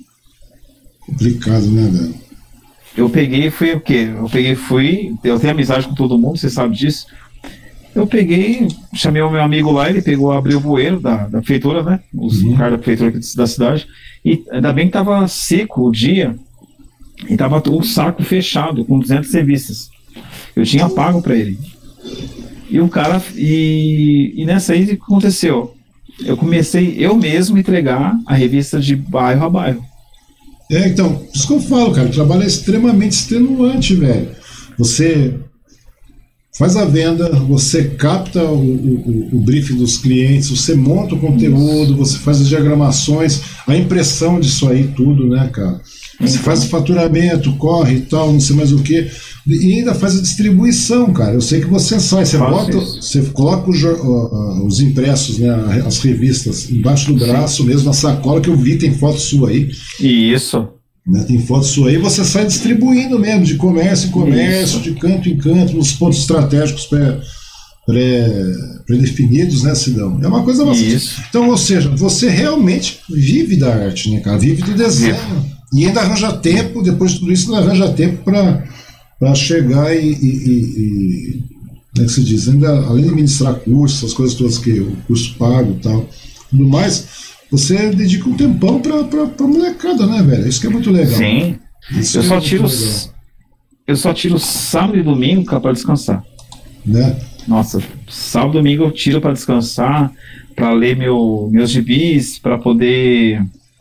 Complicado, né, velho? Eu peguei e fui o quê? Eu peguei e fui, eu tenho amizade com todo mundo, você sabe disso. Eu peguei, chamei o meu amigo lá, ele pegou, abriu o bueiro da, da prefeitura, né? Os uhum. caras da prefeitura da cidade. E ainda bem que tava seco o dia, e tava o saco fechado, com duzentos serviços. Eu tinha pago para ele. E o cara. E, e nessa aí o que aconteceu? Eu comecei eu mesmo a entregar a revista de bairro a bairro. É, então, por isso que eu falo, cara, o trabalho é extremamente extenuante, velho. Você faz a venda, você capta o, o, o briefing dos clientes, você monta o conteúdo, você faz as diagramações, a impressão disso aí tudo, né, cara? Você então. faz o faturamento, corre e tal, não sei mais o que. E ainda faz a distribuição, cara. Eu sei que você sai, você bota, você coloca os, uh, os impressos, né, as revistas embaixo do braço, sim, mesmo na sacola, que eu vi, tem foto sua aí. Isso. Né, tem foto sua aí, você sai distribuindo mesmo, de comércio em comércio, isso, de canto em canto, nos pontos estratégicos pré, pré, pré-definidos, né, Sidão? É uma coisa bastante. Isso. Então, ou seja, você realmente vive da arte, né, cara? Vive do desenho. Vive. E ainda arranja tempo, depois de tudo isso, ainda arranja tempo para para chegar e, e, e, e como é que se diz, ainda, além de ministrar cursos, as coisas todas que o curso pago e tal, tudo mais, você dedica um tempão para para molecada, né, velho? Isso que é muito legal. Sim. Isso eu, é só tiro, eu só tiro sábado e domingo, cara, para descansar. Né? Nossa, sábado e domingo eu tiro para descansar, para ler meu, meus gibis, para poder...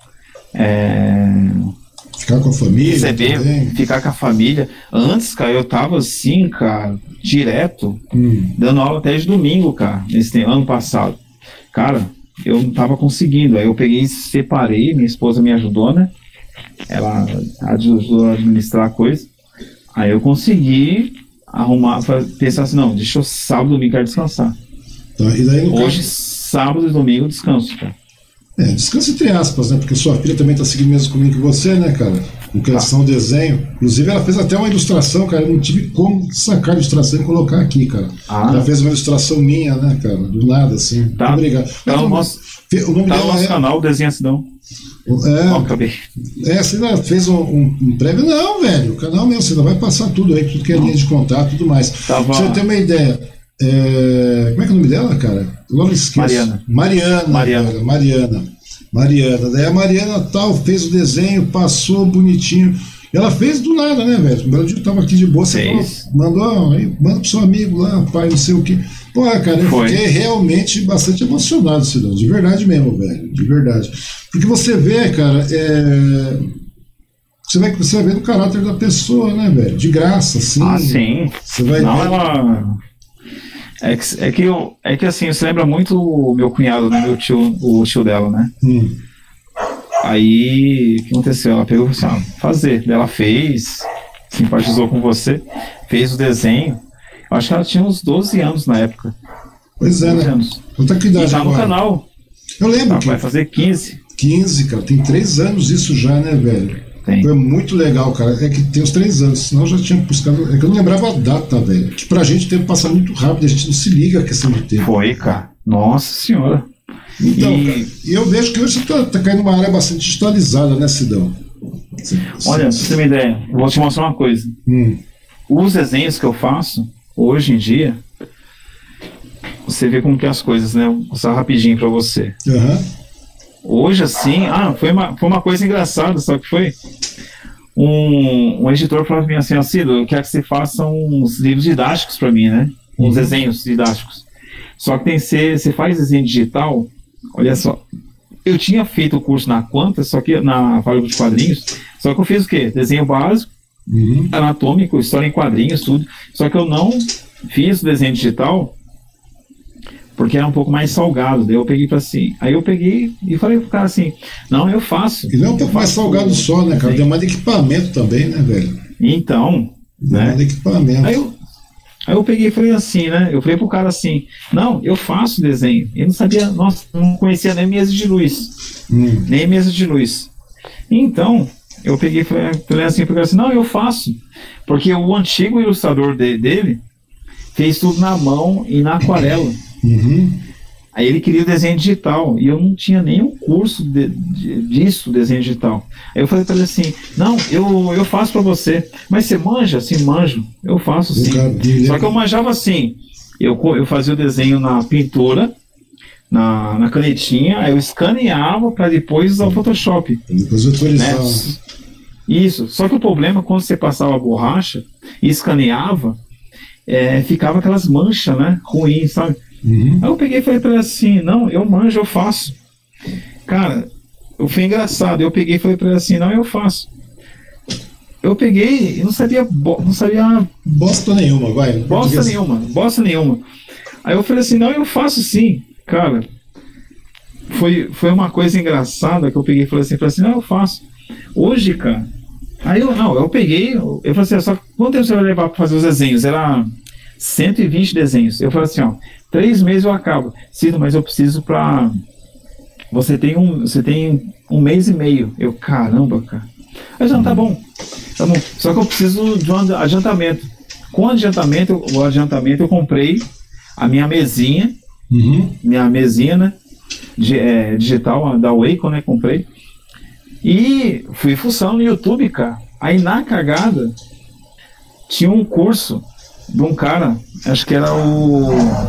É... Ficar com a família. Receber, também. Ficar com a família. Antes, cara, eu tava assim, cara, direto, hum. dando aula até de domingo, cara, nesse ano passado. Cara, eu não tava conseguindo. Aí eu peguei e separei, minha esposa me ajudou, né? Ela ajudou a administrar a coisa. Aí eu consegui arrumar, pensar assim, não, deixa eu sábado e domingo quero descansar. Tá, e daí no Hoje, caso... sábado e domingo, eu descanso, cara. É, descansa entre aspas, né? Porque sua filha também tá seguindo o mesmo caminho que você, né, cara? com questão de desenho. Inclusive, ela fez até uma ilustração, cara. Eu não tive como sacar a ilustração e colocar aqui, cara. Ah. Ela fez uma ilustração minha, né, cara? Do nada, assim. Tá. Muito obrigado. Tá no nosso, o nome tá dela no nosso é... canal, Desenha Cidão. É, oh, acabei. É, você ainda fez um, um, um prévio? Não, velho. O canal mesmo, você ainda vai passar tudo aí, tudo que é linha de contato e tudo mais. Tava... Pra você ter uma ideia. É... Como é que é o nome dela, cara? Eu logo esqueço. Mariana. Mariana. Mariana. Cara, Mariana. Mariana. Daí a Mariana tal, fez o desenho, passou bonitinho. Ela fez do nada, né, velho? O belo dia eu tava aqui de boa, você falou, mandou, aí, manda pro seu amigo lá, pai, não sei o quê. Pô, cara, eu Foi. fiquei realmente bastante emocionado, Cidão, de verdade mesmo, velho, de verdade. Porque você vê, cara, é... você, vai, você vai ver do caráter da pessoa, né, velho? De graça, assim. Ah, sim. Você vai não, ver... ela... É que, é, que eu, é que assim, você lembra muito o meu cunhado, né, meu tio, o tio dela, né? Hum. Aí, o que aconteceu? Ela pegou e falou assim, ah, fazer. Ela fez, simpatizou com você, fez o desenho. Eu acho que ela tinha uns doze anos na época. Pois é, né? Anos. Quanta que idade e tá agora? No canal. Eu lembro. Tá, que vai fazer quinze. quinze, cara. Tem três anos isso já, né, velho? Tem. Foi muito legal, cara. É que tem uns três anos, senão eu já tinha buscado. É que eu não lembrava a data, velho. Que pra gente o tempo passa muito rápido, a gente não se liga a questão de tempo. Foi, cara. Nossa senhora. Então, e... cara, e eu vejo que hoje você tá, tá caindo numa área bastante digitalizada, né, Cidão? Você, Olha, pra você ter uma ideia, eu vou te mostrar uma coisa. Hum. Os desenhos que eu faço, hoje em dia, você vê como que é as coisas, né? Vou mostrar rapidinho pra você. Uhum. Hoje, assim, ah, foi uma, foi uma coisa engraçada, só que foi um, um editor falou pra mim assim, Alcido, eu quero que você faça uns livros didáticos pra mim, né? Uns uhum. desenhos didáticos. Só que tem que ser, você faz desenho digital, olha só, eu tinha feito o curso na Quanta, só que na fábrica de quadrinhos, só que eu fiz o quê? Desenho básico, uhum. anatômico, história em quadrinhos, tudo, só que eu não fiz o desenho digital porque era um pouco mais salgado, daí eu peguei para assim, aí eu peguei e falei pro cara assim, não, eu faço. E não é um pouco mais salgado tudo, só, né, cara, tem mais de equipamento também, né, velho? Então, tem né? mais de equipamento. Aí eu, Aí eu peguei e falei assim, né? Eu falei pro cara assim, não, eu faço desenho. Ele não sabia, nossa, não conhecia nem mesa de luz. Hum. Nem mesa de luz. Então, eu peguei e falei, falei assim pro cara assim, não, eu faço. Porque o antigo ilustrador de, dele fez tudo na mão e na aquarela. Uhum. Aí ele queria desenho digital, e eu não tinha nenhum curso de, de, disso, desenho digital. Aí eu falei para ele assim, não, eu, eu faço para você, mas você manja? Assim, manjo, eu faço sim. Só que eu manjava assim, eu, eu fazia o desenho na pintura, na, na canetinha, aí eu escaneava para depois usar o Photoshop. Depois eu atualizava. Né? Isso, só que o problema, quando você passava a borracha e escaneava, é, ficava aquelas manchas, né, ruins, sabe? Uhum. Aí eu peguei e falei pra ele assim, não, eu manjo, eu faço. Cara, foi engraçado, eu peguei e falei pra ele assim, não, eu faço. Eu peguei e não sabia, não sabia... Bosta nenhuma, vai. Bosta nenhuma, bosta nenhuma. Aí eu falei assim, não, eu faço sim. Cara, foi, foi uma coisa engraçada que eu peguei e falei assim, falei assim, não, eu faço. Hoje, cara, aí eu, não, eu peguei, eu, eu falei assim, só quanto tempo você vai levar pra fazer os desenhos? Era cento e vinte desenhos. Eu falei assim, ó, três meses eu acabo. Cido, mas eu preciso pra... Você tem um, você tem um mês e meio. Eu, caramba, cara. Aí já, tá bom. Tá bom. Só que eu preciso de um adiantamento. Com o adiantamento, o adiantamento eu comprei a minha mesinha, uhum. minha mesinha, né, de, é, digital da Wacom, né, comprei. E fui fuçando no YouTube, cara. Aí na cagada tinha um curso de um cara, acho que era o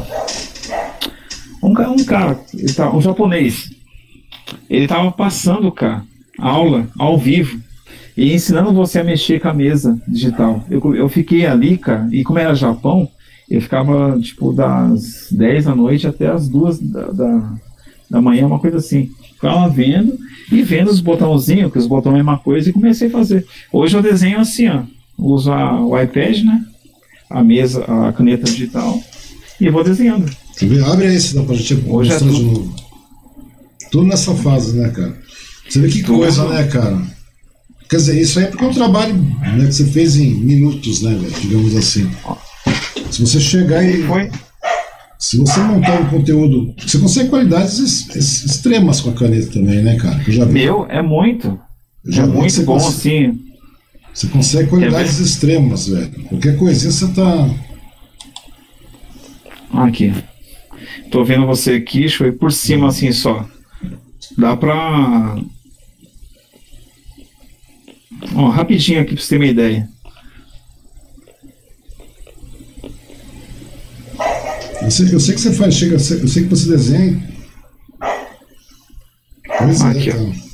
um, um cara, ele tá, um japonês. Ele tava passando, cara, aula ao vivo e ensinando você a mexer com a mesa digital. Eu, eu fiquei ali, cara, e como era Japão, eu ficava tipo das dez da noite até as duas da, da, da manhã, uma coisa assim. Ficava vendo e vendo os botãozinhos, que os botões é a mesma coisa, e comecei a fazer. Hoje eu desenho assim, ó, uso a, o iPad, né? A mesa, a caneta digital, e eu vou desenhando. Abre aí, senão pra gente mostrar é tudo. De novo. Tudo nessa fase, né, cara? Você vê que tudo coisa, né, cara? Quer dizer, isso aí é porque é um trabalho, né, que você fez em minutos, né, velho? Digamos assim. Se você chegar e... Foi. Se você montar um conteúdo... Você consegue qualidades ex- extremas com a caneta também, né, cara? Eu já vi. Meu, é muito. Eu já é vi muito bom, cons... assim. Você consegue qualidades extremas, velho. Qualquer coisinha você tá... Aqui. Tô vendo você aqui, deixa eu ver por cima assim só. Dá pra... Ó, rapidinho aqui pra você ter uma ideia. Eu sei, eu sei que você faz, chega, eu sei que você desenha. Pois aqui, é, então.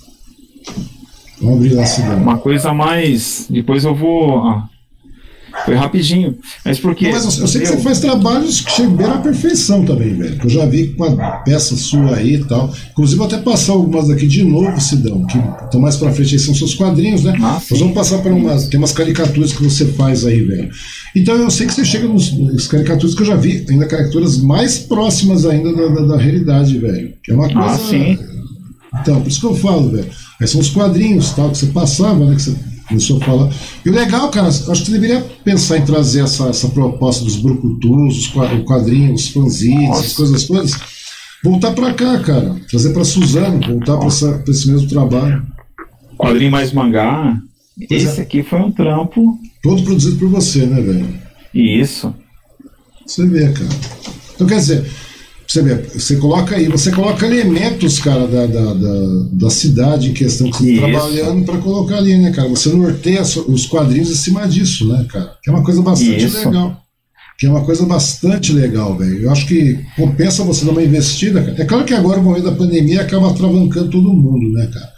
Vamos abrir lá a uma coisa a mais. Depois eu vou. Ó, foi rapidinho. Mas porque. Não, mas eu, eu sei que você faz trabalhos que chegam bem à perfeição também, velho. Que eu já vi com a peça sua aí e tal. Inclusive, vou até passar algumas aqui de novo, Sidão. Que estão mais pra frente aí, são seus quadrinhos, né? Ah, Nós vamos passar para umas. Tem umas caricaturas que você faz aí, velho. Então eu sei que você chega nos, nos caricaturas que eu já vi, ainda caricaturas mais próximas ainda da, da, da realidade, velho. Que é uma coisa. Ah, sim. Então, por isso que eu falo, velho. Aí são os quadrinhos, tal, que você passava, né? Que você começou a falar. E o legal, cara, acho que você deveria pensar em trazer essa, essa proposta dos brucutus, os quadrinhos, os fanzines, essas coisas todas. Voltar pra cá, cara. Trazer pra Suzano, voltar pra, essa, pra esse mesmo trabalho. Quadrinho mais mangá. Pois esse é. Aqui foi um trampo. Todo produzido por você, né, velho? Isso. Você vê, cara. Então, quer dizer, você vê, você coloca aí, você coloca elementos, cara, da, da, da, da cidade em questão que você está trabalhando para colocar ali, né, cara? Você norteia os quadrinhos em cima disso, né, cara? Que é uma coisa bastante Isso. legal. Que é uma coisa bastante legal, velho. Eu acho que compensa você dar uma investida, cara. É claro que agora, no momento da pandemia, acaba travancando todo mundo, né, cara?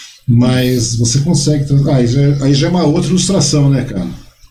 Mas você consegue. Ah, aí, já, aí já é uma outra ilustração, né, cara?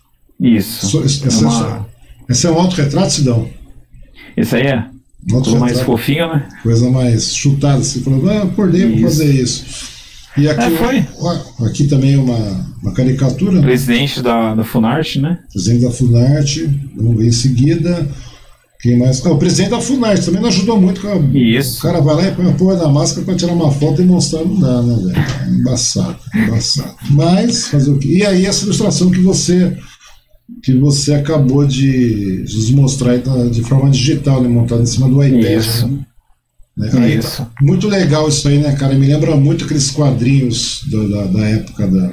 Isso. Essa é, uma... esse é um autorretrato, Sidão? Esse aí é? Coisa mais fofinho, né? Coisa mais chutada. Você falou, ah, acordei para fazer isso. E aqui, é, foi. Ó, aqui também uma, uma caricatura. Presidente né? da, da Funarte, né? Presidente da Funarte. Vamos ver em seguida. Quem mais? Ah, o presidente da Funarte também não ajudou muito. A... Isso. O cara vai lá e põe a porra da máscara para tirar uma foto e mostrar. Não dá, né, velho? Embaçado, embaçado. Mas, fazer o quê? E aí, essa ilustração que você. que você acabou de nos mostrar de forma digital, né, montada em cima do iPad. Isso. Né? Aí, isso. Tá muito legal isso aí, né, cara? Me lembra muito aqueles quadrinhos do, da, da época da,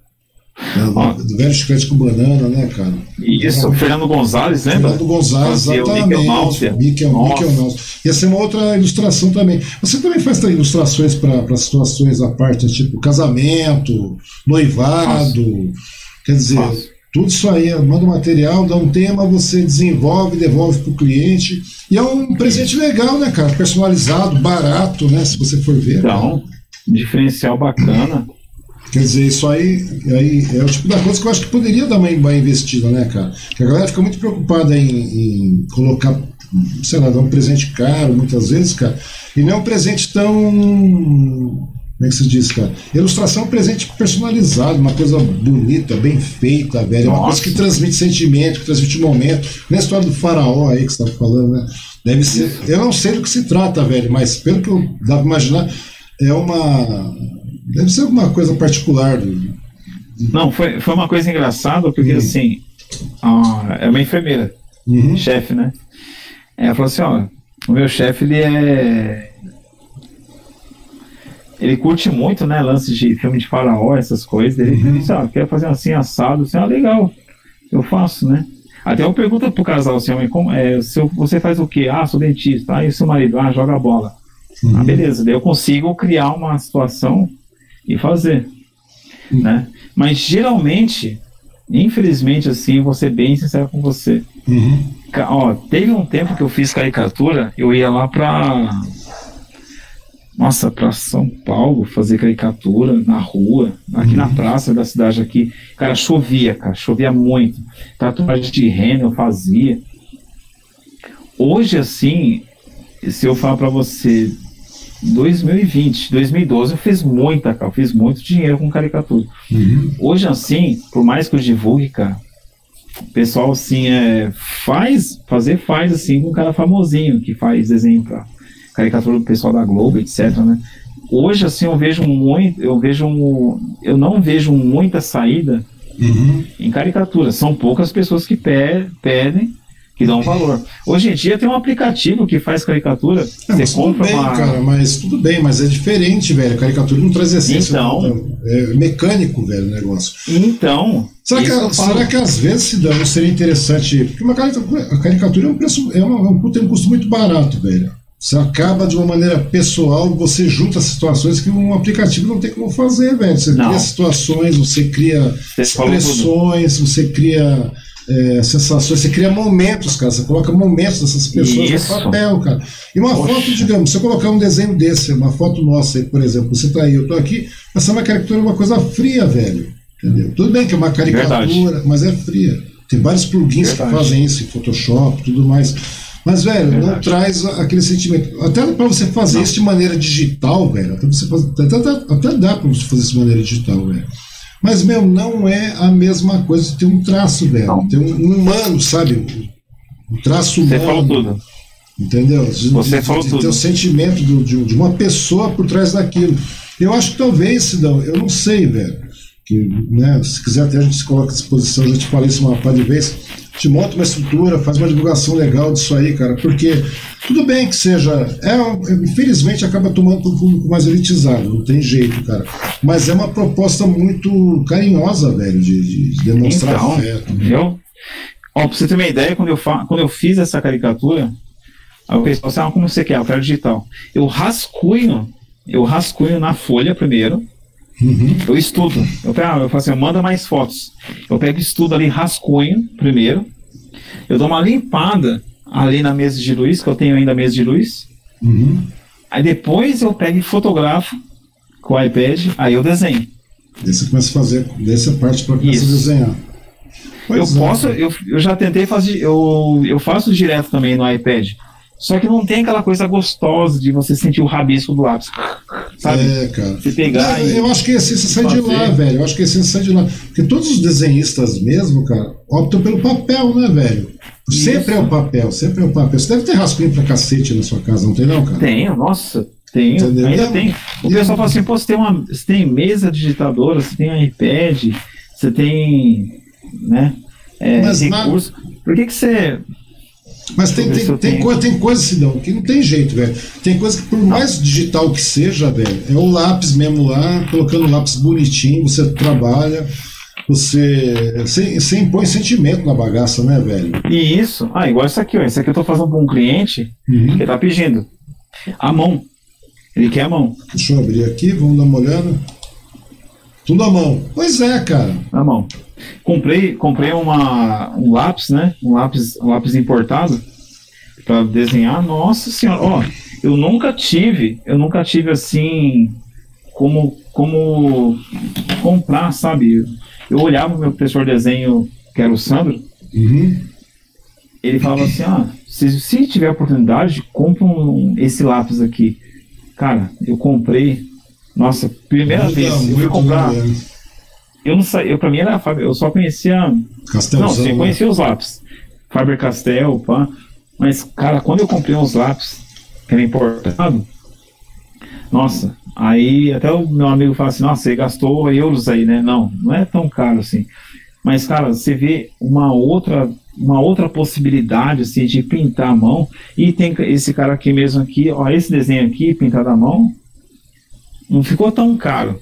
da, do, do velho chiclete com banana, né, cara? Isso, era, Fernando Gonzalez, lembra? Fernando Gonzalez, Fazia exatamente. O Mickey Mouse. E essa é uma outra ilustração também. Você também faz ilustrações para situações à parte, tipo casamento, noivado, Nossa. quer dizer. Nossa. Tudo isso aí, manda um material, dá um tema, você desenvolve, devolve para o cliente. E é um presente legal, né, cara? Personalizado, barato, né? Se você for ver. Então, cara. Diferencial bacana. Quer dizer, isso aí, aí é o tipo da coisa que eu acho que poderia dar uma, uma investida, né, cara? Porque a galera fica muito preocupada em, em colocar, sei lá, dar um presente caro, muitas vezes, cara. E não é um presente tão... Como é que se diz, cara? Ilustração é um presente personalizado, uma coisa bonita, bem feita, velho. É uma coisa que transmite sentimento, que transmite momento. Na história do faraó aí que você estava falando, né? Deve ser. Eu não sei do que se trata, velho, mas pelo que eu dá para imaginar, é uma. Deve ser alguma coisa particular. Do... Não, foi, foi uma coisa engraçada, porque uhum. assim, ó, é uma enfermeira, uhum. chefe, né? Ela falou assim: ó, o meu chefe, ele é. Ele curte muito, né, lances de filme de faraó, essas coisas. Ele uhum. disse, ah, quer fazer assim, assado, assim, ah, legal, eu faço, né? Até eu pergunto pro casal assim, como, é, seu, você faz o quê? Ah, sou dentista. Ah, e o seu marido? Ah, joga bola. Uhum. Ah, beleza, daí eu consigo criar uma situação e fazer, uhum. né? Mas geralmente, infelizmente, assim, vou ser bem sincero com você. Uhum. Ó, teve um tempo que eu fiz caricatura, eu ia lá pra... Nossa, pra São Paulo, fazer caricatura na rua, aqui uhum. na praça da cidade aqui. Cara, chovia, cara, chovia muito. Tatuagem de rena eu fazia. Hoje, assim, se eu falar pra você, dois mil e vinte, dois mil e doze, eu fiz muita, cara, eu fiz muito dinheiro com caricatura. Uhum. Hoje, assim, por mais que eu divulgue, cara, o pessoal, assim, é, faz, fazer faz, assim, com um cara famosinho que faz desenho pra caricatura do pessoal da Globo, etc, né? Hoje, assim, eu vejo muito, eu vejo, eu não vejo muita saída uhum. em caricatura. São poucas pessoas que pe- pedem, que dão valor. Hoje em dia tem um aplicativo que faz caricatura. É, você compra tudo bem, uma... cara, mas tudo bem, mas é diferente, velho. A caricatura não traz essência. Então, não, é mecânico, velho, o negócio. Então, será que, será que às vezes se dá, não seria interessante? Porque uma caricatura, a caricatura é um preço, é, uma, é um, tem um custo muito barato, velho. Você acaba de uma maneira pessoal, você junta situações que um aplicativo não tem como fazer, velho. Você não. cria situações, você cria você expressões, você cria é, sensações, você cria momentos, cara. Você coloca momentos dessas pessoas Isso. no papel, cara. E uma Poxa. foto, digamos, se eu colocar um desenho desse, uma foto nossa aí, por exemplo, você tá aí, eu tô aqui, essa é uma caricatura, é uma coisa fria, velho. Entendeu? Tudo bem que é uma caricatura, Verdade. mas é fria. Tem vários plugins Verdade. que fazem isso, em Photoshop, tudo mais. Mas, velho, Verdade. não traz aquele sentimento. Até para você fazer não. isso de maneira digital, velho, até, você fazer, até, até, até dá para você fazer isso de maneira digital, velho. Mas, meu, não é a mesma coisa de ter um traço, velho. Não. Ter um, um humano, sabe? Um traço humano. Você falou tudo. Entendeu? De, você de, falou de tudo. ter o sentimento do, de, de uma pessoa por trás daquilo. Eu acho que talvez, Sidão, eu não sei, velho. Que, né, se quiser até a gente se coloca à disposição, eu já te falei isso uma par de vezes, te monta uma estrutura, faz uma divulgação legal disso aí, cara, porque tudo bem que seja, é, infelizmente acaba tomando para um público mais elitizado, não tem jeito, cara, mas é uma proposta muito carinhosa, velho, de, de demonstrar então, afeto. Eu, ó, pra você ter uma ideia, quando eu, fa quando eu fiz essa caricatura, aí o pessoal assim, ah, como você quer? Eu quero digital. Eu rascunho, eu rascunho na folha primeiro. Uhum. Eu estudo, eu, pego, eu falo assim, manda mais fotos. Eu pego estudo ali, rascunho primeiro. Eu dou uma limpada ali na mesa de luz, que eu tenho ainda a mesa de luz. Uhum. Aí depois eu pego e fotografo com o iPad, aí eu desenho. Daí você começa a fazer dessa parte para começar a desenhar. Pois eu é, posso, eu, eu já tentei fazer, eu, eu faço direto também no iPad. Só que não tem aquela coisa gostosa de você sentir o rabisco do lápis. Sabe? É, cara. Você pegar não, e eu acho que a essência sai de lá, velho. Eu acho que a essência sai de lá. Porque todos os desenhistas mesmo, cara, optam pelo papel, né, velho? Sempre Isso. é o papel, sempre é o papel. Você deve ter rascunho pra cacete na sua casa, não tem não, cara? Tenho, nossa, tenho. Entendeu? Ainda tem. O pessoal fala assim, pô, você tem, uma, você tem mesa digitadora, você tem iPad, você tem, né, é, Mas recurso. Na... Por que que você... Mas tem, tem, tem, coisa, tem coisa, Sidão, que não tem jeito, velho. Tem coisa que, por mais digital que seja, velho, é o lápis mesmo lá, colocando o lápis bonitinho, você trabalha, você, você, você impõe sentimento na bagaça, né, velho? E isso, ah, igual isso aqui, ó. Isso aqui eu tô fazendo para um cliente, uhum. que tá pedindo a mão. Ele quer a mão. Deixa eu abrir aqui, vamos dar uma olhada. Tudo à mão. Pois é, cara. À mão. Comprei, comprei uma, um lápis, né? Um lápis, um lápis importado para desenhar. Nossa senhora, ó, eu nunca tive, eu nunca tive assim como, como comprar, sabe? Eu olhava o meu professor de desenho, que era o Sandro, uhum. ele falava assim, ah, se, se tiver oportunidade, compra um, esse lápis aqui. Cara, eu comprei, nossa, primeira muito vez, eu fui comprar. Bem, Eu não sei, eu, pra mim era eu só conhecia. Castelzão, não, sim, eu conhecia os lápis. Faber-Castell, pá. Mas, cara, quando eu comprei uns lápis que era importado, nossa, aí até o meu amigo fala assim, nossa, você gastou euros aí, né? Não, não é tão caro assim. Mas, cara, você vê uma outra, uma outra possibilidade assim, de pintar a mão. E tem esse cara aqui mesmo aqui, ó, esse desenho aqui, pintado à mão, não ficou tão caro.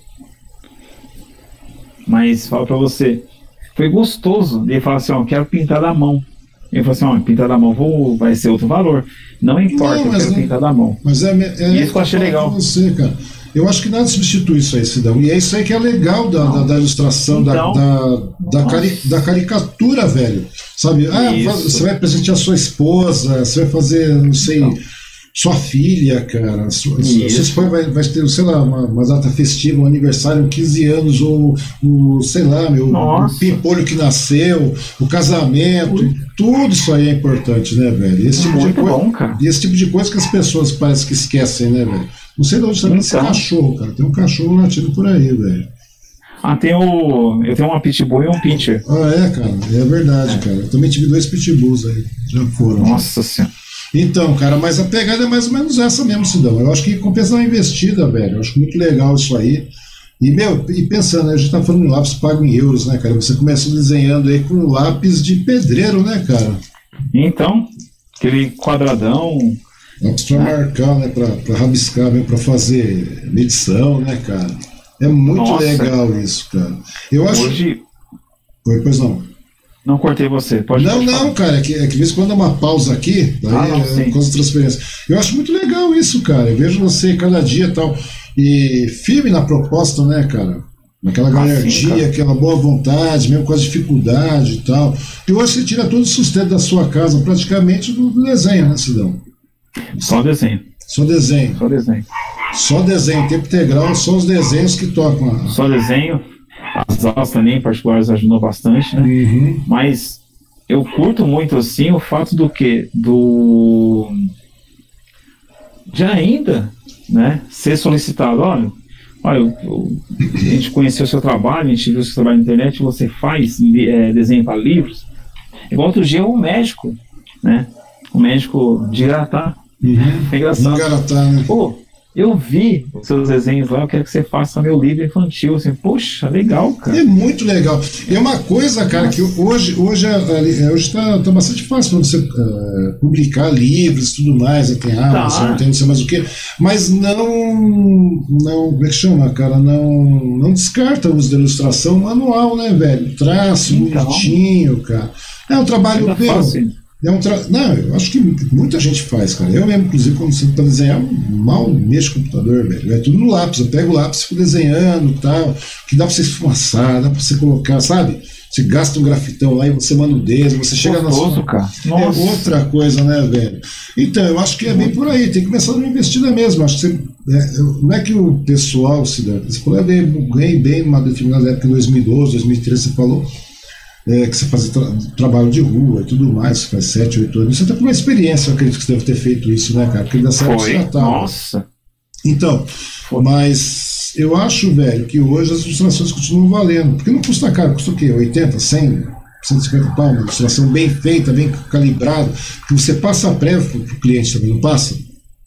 Mas falo pra você, foi gostoso. Ele fala assim, ó, quero pintar da mão. Ele falou assim, ó, pintar da mão vou, vai ser outro valor. Não importa, não, eu quero não, pintar da mão. Mas é, é e isso que eu achei legal. Você, cara. Eu acho que nada substitui isso aí, Sidão. E é isso aí que é legal da, da, da ilustração, então, da, da, da, cari, da caricatura, velho. Sabe? Ah, isso. Você vai presentear sua esposa, você vai fazer, não sei... Então. Sua filha, cara, sua, sua vai, vai ter, sei lá, uma, uma data festiva, um aniversário, quinze anos, ou, ou sei lá, meu, o pimpolho que nasceu, o casamento, Ui. tudo isso aí é importante, né, velho? Esse tipo, de bom, cara. esse tipo de coisa que as pessoas parecem que esquecem, né, velho? Não sei de onde está então. esse cachorro, cara. Tem um cachorro latindo por aí, velho. Ah, tem o. Eu tenho uma pitbull e um pincher. Ah, é, cara, é verdade, é. cara. Eu também tive dois pitbulls aí, já foram. Nossa senhora. Então, cara, mas a pegada é mais ou menos essa mesmo, Sidão. Eu acho que compensa uma investida, velho. Eu acho muito legal isso aí. E, meu, e pensando, a gente tá falando em lápis pago em euros, né, cara? Você começa desenhando aí com lápis de pedreiro, né, cara? Então, aquele quadradão. Dá pra marcar, né? Pra, pra rabiscar, né, pra fazer medição, né, cara? É muito Nossa. legal isso, cara. Eu acho. Hoje. Oi, pois não. Não cortei você, pode Não, pode não, falar. cara, é que, é que de vez em quando dá uma pausa aqui, daí Ah, não, é sim. coisa de transferência. Eu acho muito legal isso, cara. Eu vejo você cada dia e tal. E firme na proposta, né, cara? Naquela Ah, sim, galhardia, cara. aquela boa vontade, mesmo com as dificuldades e tal. E hoje você tira todo o sustento da sua casa, praticamente, do do desenho, né, Sidão? Só desenho. Só desenho. Só desenho. Só desenho, tempo integral, só os desenhos que tocam. a- Só desenho. As aulas também, em particulares, ajudou bastante, né? Uhum. Mas eu curto muito, assim, o fato do quê? Do... De ainda, né, ser solicitado. Olha, olha eu, eu- a gente conheceu o seu trabalho, a gente viu o seu trabalho na internet, você faz é, desenho para livros. Igual outro dia, o médico, né? O médico de Iratá. Uhum. É engraçado. Engaratá, né? Pô, eu vi os seus desenhos lá, eu quero que você faça meu livro infantil. Assim, poxa, legal, cara. É muito legal. E é uma coisa, cara, que hoje hoje é- é- hoje está tá bastante fácil para você eh, publicar livros e tudo mais, né? Tem Amazon, Tá. tem não sei mais o quê, mas não, não, como é que chama, cara? Não, não descarta o uso da ilustração manual, né, velho? Traço, Então. bonitinho, cara. É um trabalho Ainda meu. fácil. É um tra... Não, eu acho que muita gente faz, cara. Eu mesmo, inclusive, quando sinto para desenhar, eu mal mexo com o computador, velho. É tudo no lápis. Eu pego o lápis, fico desenhando e tal. Que dá pra você esfumaçar, dá pra você colocar, sabe? Você gasta um grafitão lá e você manda o dedo, você chega na Gostoso, sua. cara. É Nossa. outra coisa, né, velho? Então, eu acho que é bem por aí. Tem que começar numa investida mesmo. Acho que você, é, eu- não é que o pessoal se dá. Você falou, eu ganhei bem numa determinada época, em dois mil e doze, dois mil e treze, você falou. É, que você faz tra trabalho de rua e tudo mais, você faz sete, oito anos. Você tem uma experiência, eu acredito que você deve ter feito isso, né, cara? Porque dá certo Foi. já tá. Nossa. Então, Foi. mas eu acho, velho, que hoje as ilustrações continuam valendo. Porque não custa caro, custa o quê? oitenta, cem, cento e cinquenta pau, uma ilustração bem feita, bem calibrada, que você passa a prévia pro, pro cliente também, não passa?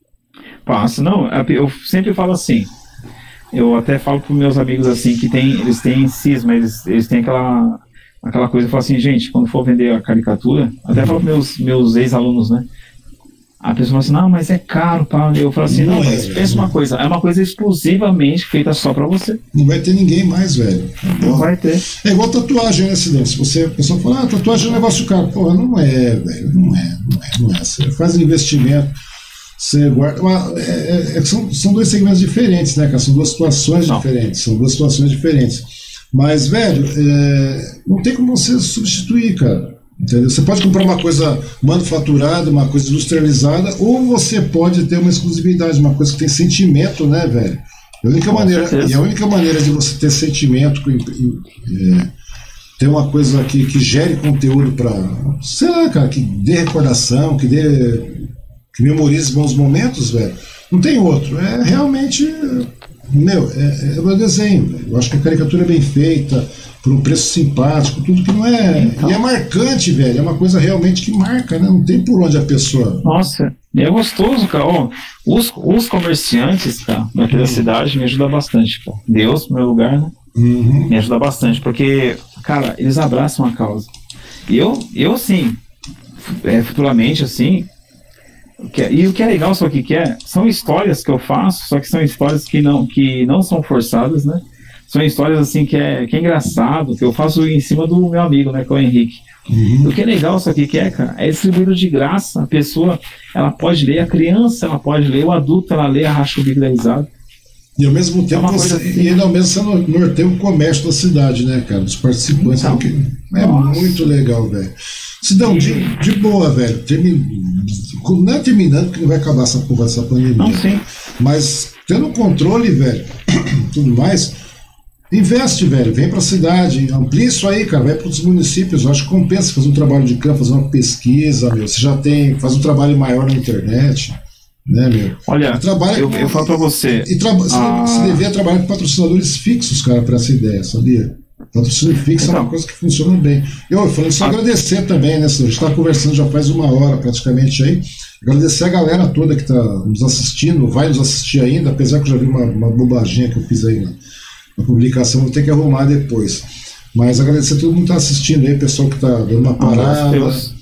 Passa. Não, eu sempre falo assim. Eu até falo para meus amigos assim que tem, eles têm cisma, eles, eles têm aquela, aquela coisa. Eu falo assim, gente, quando for vender a caricatura, até falo para meus, meus ex-alunos, né? A pessoa fala assim, não, mas é caro, Paulo. Eu falo assim, não, Não é, mas pensa não. uma coisa, é uma coisa exclusivamente feita só para você. Não vai ter ninguém mais, velho. Não vai ter. É igual tatuagem, né, Cidão? Se você, a pessoa fala, ah, tatuagem é um negócio caro. Porra, não é, velho. Não é, não é, não é. Você faz um investimento, você guarda. Uma, é, é, é, são, são dois segmentos diferentes, né, cara? São duas situações Não. diferentes. São duas situações diferentes. Mas, velho, é, não tem como você substituir, cara. Entendeu? Você pode comprar uma coisa manufaturada, uma coisa industrializada, ou você pode ter uma exclusividade, uma coisa que tem sentimento, né, velho? A única Com maneira, certeza. e a única maneira de você ter sentimento, com- é, ter uma coisa que, que gere conteúdo para, sei lá, cara, que dê recordação, que dê, que memorize bons momentos, velho, não tem outro. É realmente, meu, é, é o meu desenho, velho. Eu acho que a caricatura é bem feita, por um preço simpático, tudo que não é. Então. E é marcante, velho. É uma coisa realmente que marca, né? Não tem por onde a pessoa. Nossa, e é gostoso, cara. Ó, os, os comerciantes, cara, daqui da cidade me ajudam bastante, cara. Deus, meu lugar, né? Uhum. Me ajuda bastante, porque, cara, eles abraçam a causa. E eu, eu assim, é, futuramente, assim, o que é- e o que é legal, só que, que é, são histórias que eu faço, só que são histórias que não, que não são forçadas, né? São histórias, assim, que é, que é engraçado, que eu faço em cima do meu amigo, né, que é o Henrique. Uhum. O que é legal, só que, que é, cara, é distribuído de graça. A pessoa, ela pode ler, a criança, ela pode ler, o adulto, ela lê, racha o bico da risada. E ao mesmo tempo, uma você, coisa assim. e ainda ao mesmo você no- norteia o comércio da cidade, né, cara? Dos participantes. Então. Porque é Nossa. muito legal, velho. Sidão, de, de boa, velho. Termi... Não é terminando, porque não vai acabar essa porra dessa pandemia. Não, sim. Mas tendo controle, velho, tudo mais, investe, velho. Vem pra cidade, amplia isso aí, cara. Vai para outros municípios. Eu acho que compensa fazer um trabalho de campo, fazer uma pesquisa, meu. Você já tem, faz um trabalho maior na internet, né, meu? Olha, E trabalha eu, com- eu falo pra você. E traba- você, Ah. você devia trabalhar com patrocinadores fixos, cara, para essa ideia, sabia? Patrocínio fixo é Então. uma coisa que funciona bem. Eu falando só Ah. agradecer também, né, senhor? A gente está conversando já faz uma hora praticamente aí. Agradecer a galera toda que está nos assistindo, vai nos assistir ainda, apesar que eu já vi uma, uma bobaginha que eu fiz aí na, na publicação, vou ter que arrumar depois. Mas agradecer a todo mundo que está assistindo aí, pessoal que está dando uma Ah, graças a parada. Deus.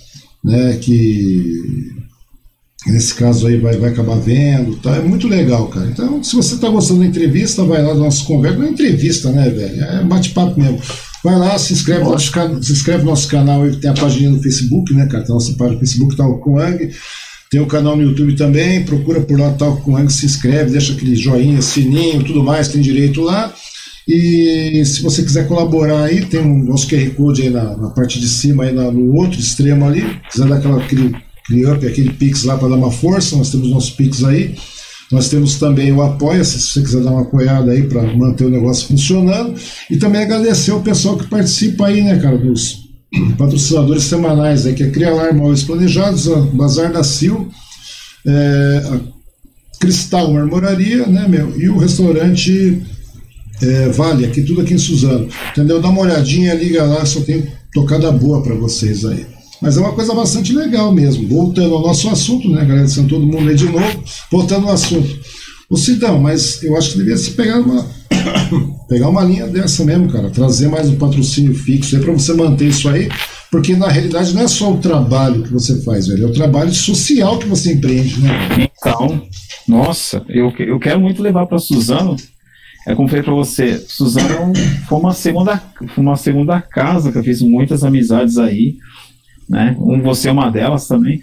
né, que nesse caso aí vai, vai acabar vendo, tá? É muito legal, cara. Então, se você tá gostando da entrevista, vai lá da nossa conversa. Não é entrevista, né, velho? É bate-papo mesmo. Vai lá, se inscreve no nosso, se inscreve no nosso canal, aí tem a página no Facebook, né, cara? Tem a nossa página no Facebook, Talk com Ang. Tem o canal no YouTube também, procura por lá, Talk com Ang, se inscreve, deixa aquele joinha, sininho, tudo mais, tem direito lá. E se você quiser colaborar aí, tem o nosso Q R Code aí na, na parte de cima, aí na, no outro extremo ali. Se quiser dar aquela, aquele, aquele up, aquele Pix lá para dar uma força, nós temos nossos Pix aí. Nós temos também o Apoia-se, se você quiser dar uma apoiada aí para manter o negócio funcionando. E também agradecer o pessoal que participa aí, né, cara, dos patrocinadores semanais aí, que é Crialar Móveis Planejados, a Bazar da Sil, é, a Cristal Marmoraria, né, meu, e o restaurante é, Vale, aqui tudo aqui em Suzano, entendeu? Dá uma olhadinha, liga lá, só tem tocada boa para vocês aí. Mas é uma coisa bastante legal mesmo. Voltando ao nosso assunto, né, agradecendo todo mundo aí de novo, voltando ao assunto. Ô Sidão, mas eu acho que devia se pegar uma pegar uma linha dessa mesmo, cara, trazer mais um patrocínio fixo aí para você manter isso aí, porque na realidade não é só o trabalho que você faz, velho, é o trabalho social que você empreende, né, velho? Então, nossa, eu, eu quero muito levar para Suzano. É como eu falei para você, Suzano foi uma segunda, foi uma segunda casa que eu fiz muitas amizades aí, né? Um, você é uma delas também,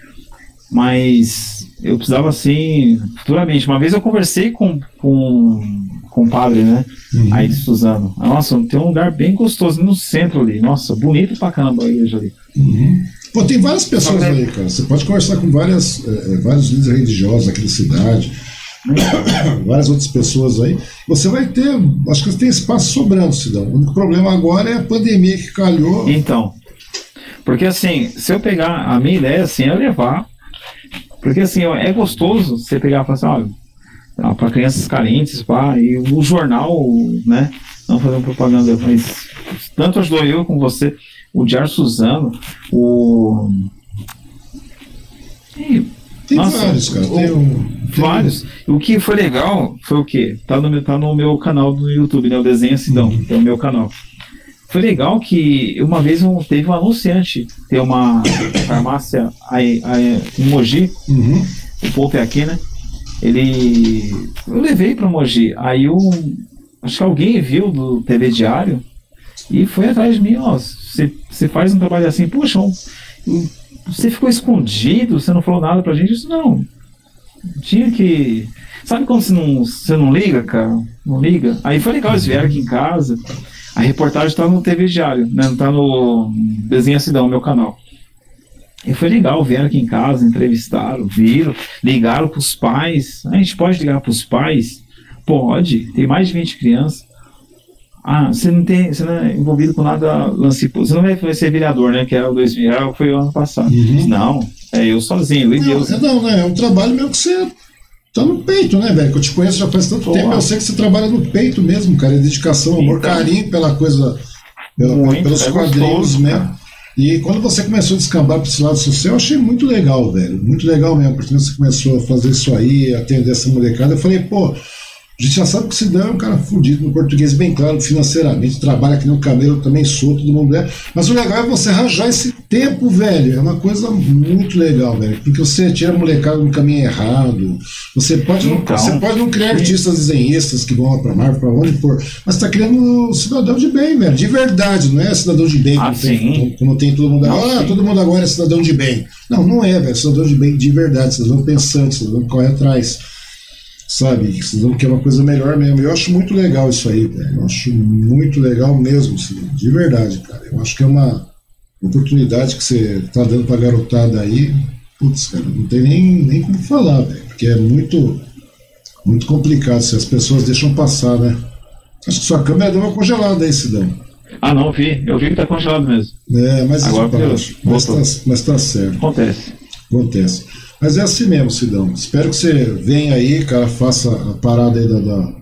mas eu precisava assim, futuramente. Uma vez eu conversei com, com, com o padre, né? Uhum. Aí de Suzano. Nossa, tem um lugar bem gostoso no centro ali. Nossa, bonito pra caramba a igreja ali. Uhum. Pô, tem várias pessoas aí, cara. Você pode conversar com várias, é, vários líderes religiosos aqui da cidade, várias outras pessoas aí. Você vai ter, acho que tem espaço sobrando, Sidão. O único problema agora é a pandemia que calhou. Então, porque assim, se eu pegar a minha ideia, assim, é levar. Porque assim, é gostoso você pegar e falar assim, olha, para crianças carentes, pá, e o jornal, né, não fazendo propaganda, mas tanto ajudou eu como você, o Diário Suzano, o... E, tem nossa, vários, cara, o, tem um, vários. O que foi legal foi o quê? Tá no, tá no meu canal do YouTube, né, o Desenho Sidão, uhum. Que é o meu canal. Foi legal que uma vez um, teve um anunciante, tem uma farmácia aí, aí, em Mogi, uhum. O Poupe aqui, né? Ele. Eu levei para Mogi. Aí um. Acho que alguém viu do T V Diário e foi atrás de mim, ó. Você, você faz um trabalho assim, poxa, um, você ficou escondido, você não falou nada pra gente? Eu disse, não. Tinha que. Sabe quando você não, você não liga, cara? Não liga? Aí foi legal, eles vieram aqui em casa. A reportagem está no T V Diário, né? Não está no Desenho Sidão, meu canal. E foi legal, vieram aqui em casa, entrevistaram, viram, ligaram para os pais. A gente pode ligar para os pais? Pode, tem mais de vinte crianças. Ah, você não, tem, você não é envolvido com nada lance. Você não vai ser vereador, né? Que era o dois mil, foi o ano passado. Uhum. Não, é eu sozinho, eu e Deus. Não, não, né? É um trabalho meu que você tá no peito, né, velho? Que eu te conheço já faz tanto Pô, tempo, eu sei que você trabalha no peito mesmo, cara. É dedicação, amor, então, carinho pela coisa, pela, muito, pelos é quadrinhos mesmo. E quando você começou a descambar para esse lado social, eu achei muito legal, velho. Muito legal mesmo, porque você começou a fazer isso aí, atender essa molecada. Eu falei, pô, a gente já sabe que o Sidão é um cara fudido no português, bem claro, financeiramente, trabalha que nem um camelo, também sou, todo mundo é. Mas o legal é você arranjar esse tempo, velho. É uma coisa muito legal, velho. Porque você tira a molecada no caminho errado. Você pode, então, não, você pode não criar artistas desenhistas que vão lá pra Marvel, pra onde for, mas tá criando um cidadão de bem, velho. De verdade, não é cidadão de bem, ah, como, tem, como tem todo mundo. Não, ah, sim. Todo mundo agora é cidadão de bem. Não, não é, velho. Cidadão de bem de verdade, cidadão pensante, cidadão que corre atrás. Sabe, cidadão que é uma coisa melhor mesmo. Eu acho muito legal isso aí, velho. Eu acho muito legal mesmo, cidadão. De verdade, cara. Eu acho que é uma oportunidade que você tá dando pra garotada aí. Putz, cara, não tem nem, nem como falar, velho. Porque é muito, muito complicado se as pessoas deixam passar, né? Acho que sua câmera deu uma congelada aí, Sidão. Ah, não, vi. Eu vi que tá congelado mesmo. É, mas agora isso mas, tá, mas tá certo. Acontece. Acontece. Mas é assim mesmo, Sidão. Espero que você venha aí, cara, faça a parada aí da, da,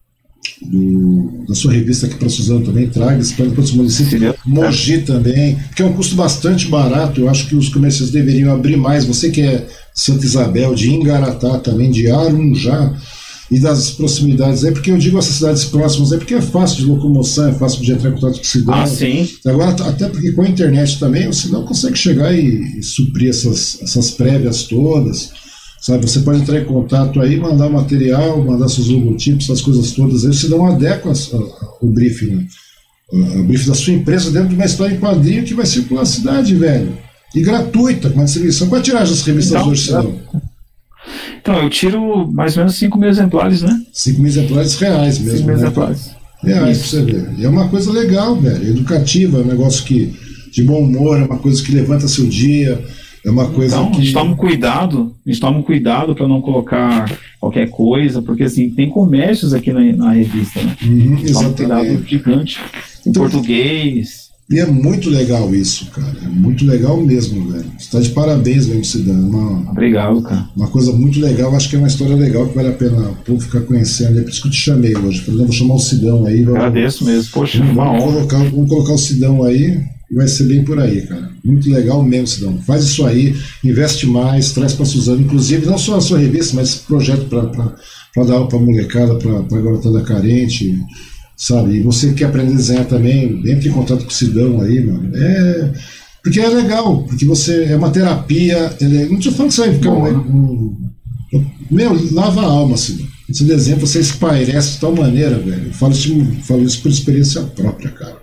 do, da sua revista aqui para Suzano também, traga esse plano para os municípios. Mogi também, que é um custo bastante barato. Eu acho que os comerciantes deveriam abrir mais. Você que é Santa Isabel, de Ingaratá também, de Arunjá, e das proximidades aí, porque eu digo essas cidades próximas aí, porque é fácil de locomoção, é fácil de entrar em contato com o Sidão. Ah, sim. Agora, até porque com a internet também, o Sidão consegue chegar e, e suprir essas, essas prévias todas, sabe? Você pode entrar em contato aí, mandar material, mandar seus logotipos, essas coisas todas aí, o Sidão adequa a, a, o briefing, né? O briefing da sua empresa dentro de uma história em quadrinho que vai circular na cidade, velho. E gratuita, com a distribuição. Qual é a tiragem das revistas Então, hoje, Sidão? Então, eu tiro mais ou menos cinco mil exemplares, né? cinco mil exemplares reais mesmo. cinco mil né? exemplares. Reais, pra você ver. E é uma coisa legal, velho. Educativa, é um negócio que, de bom humor, é uma coisa que levanta seu dia. É uma coisa então, que... a gente toma um cuidado, a gente toma um cuidado para não colocar qualquer coisa, porque assim, tem comércios aqui na, na revista, né? Uhum, toma um cuidado gigante. Em então, português. E é muito legal isso, cara. É muito legal mesmo, velho. Você tá de parabéns mesmo, Sidão. Uma, Obrigado, cara. Uma coisa muito legal. Acho que é uma história legal que vale a pena o povo ficar conhecendo. É por isso que eu te chamei hoje. Falei, vou chamar o Sidão aí. Vamos, Agradeço mesmo. Poxa, vamos, uma vamos honra. Colocar, vamos colocar o Sidão aí e vai ser bem por aí, cara. Muito legal mesmo, Sidão. Faz isso aí, investe mais, traz pra Suzano. Inclusive, não só a sua revista, mas esse projeto pra, pra, pra dar pra molecada, pra, pra garotada carente, sabe? E você que quer aprender a desenhar também, entre em contato com o Sidão aí, mano. É... Porque é legal, porque você é uma terapia. Ele... Não estou falando que você vai ficar um, um... Meu, lava a alma, Sidão. Esse desenho você espairece de tal maneira, velho. Eu falo isso, falo isso por experiência própria, cara.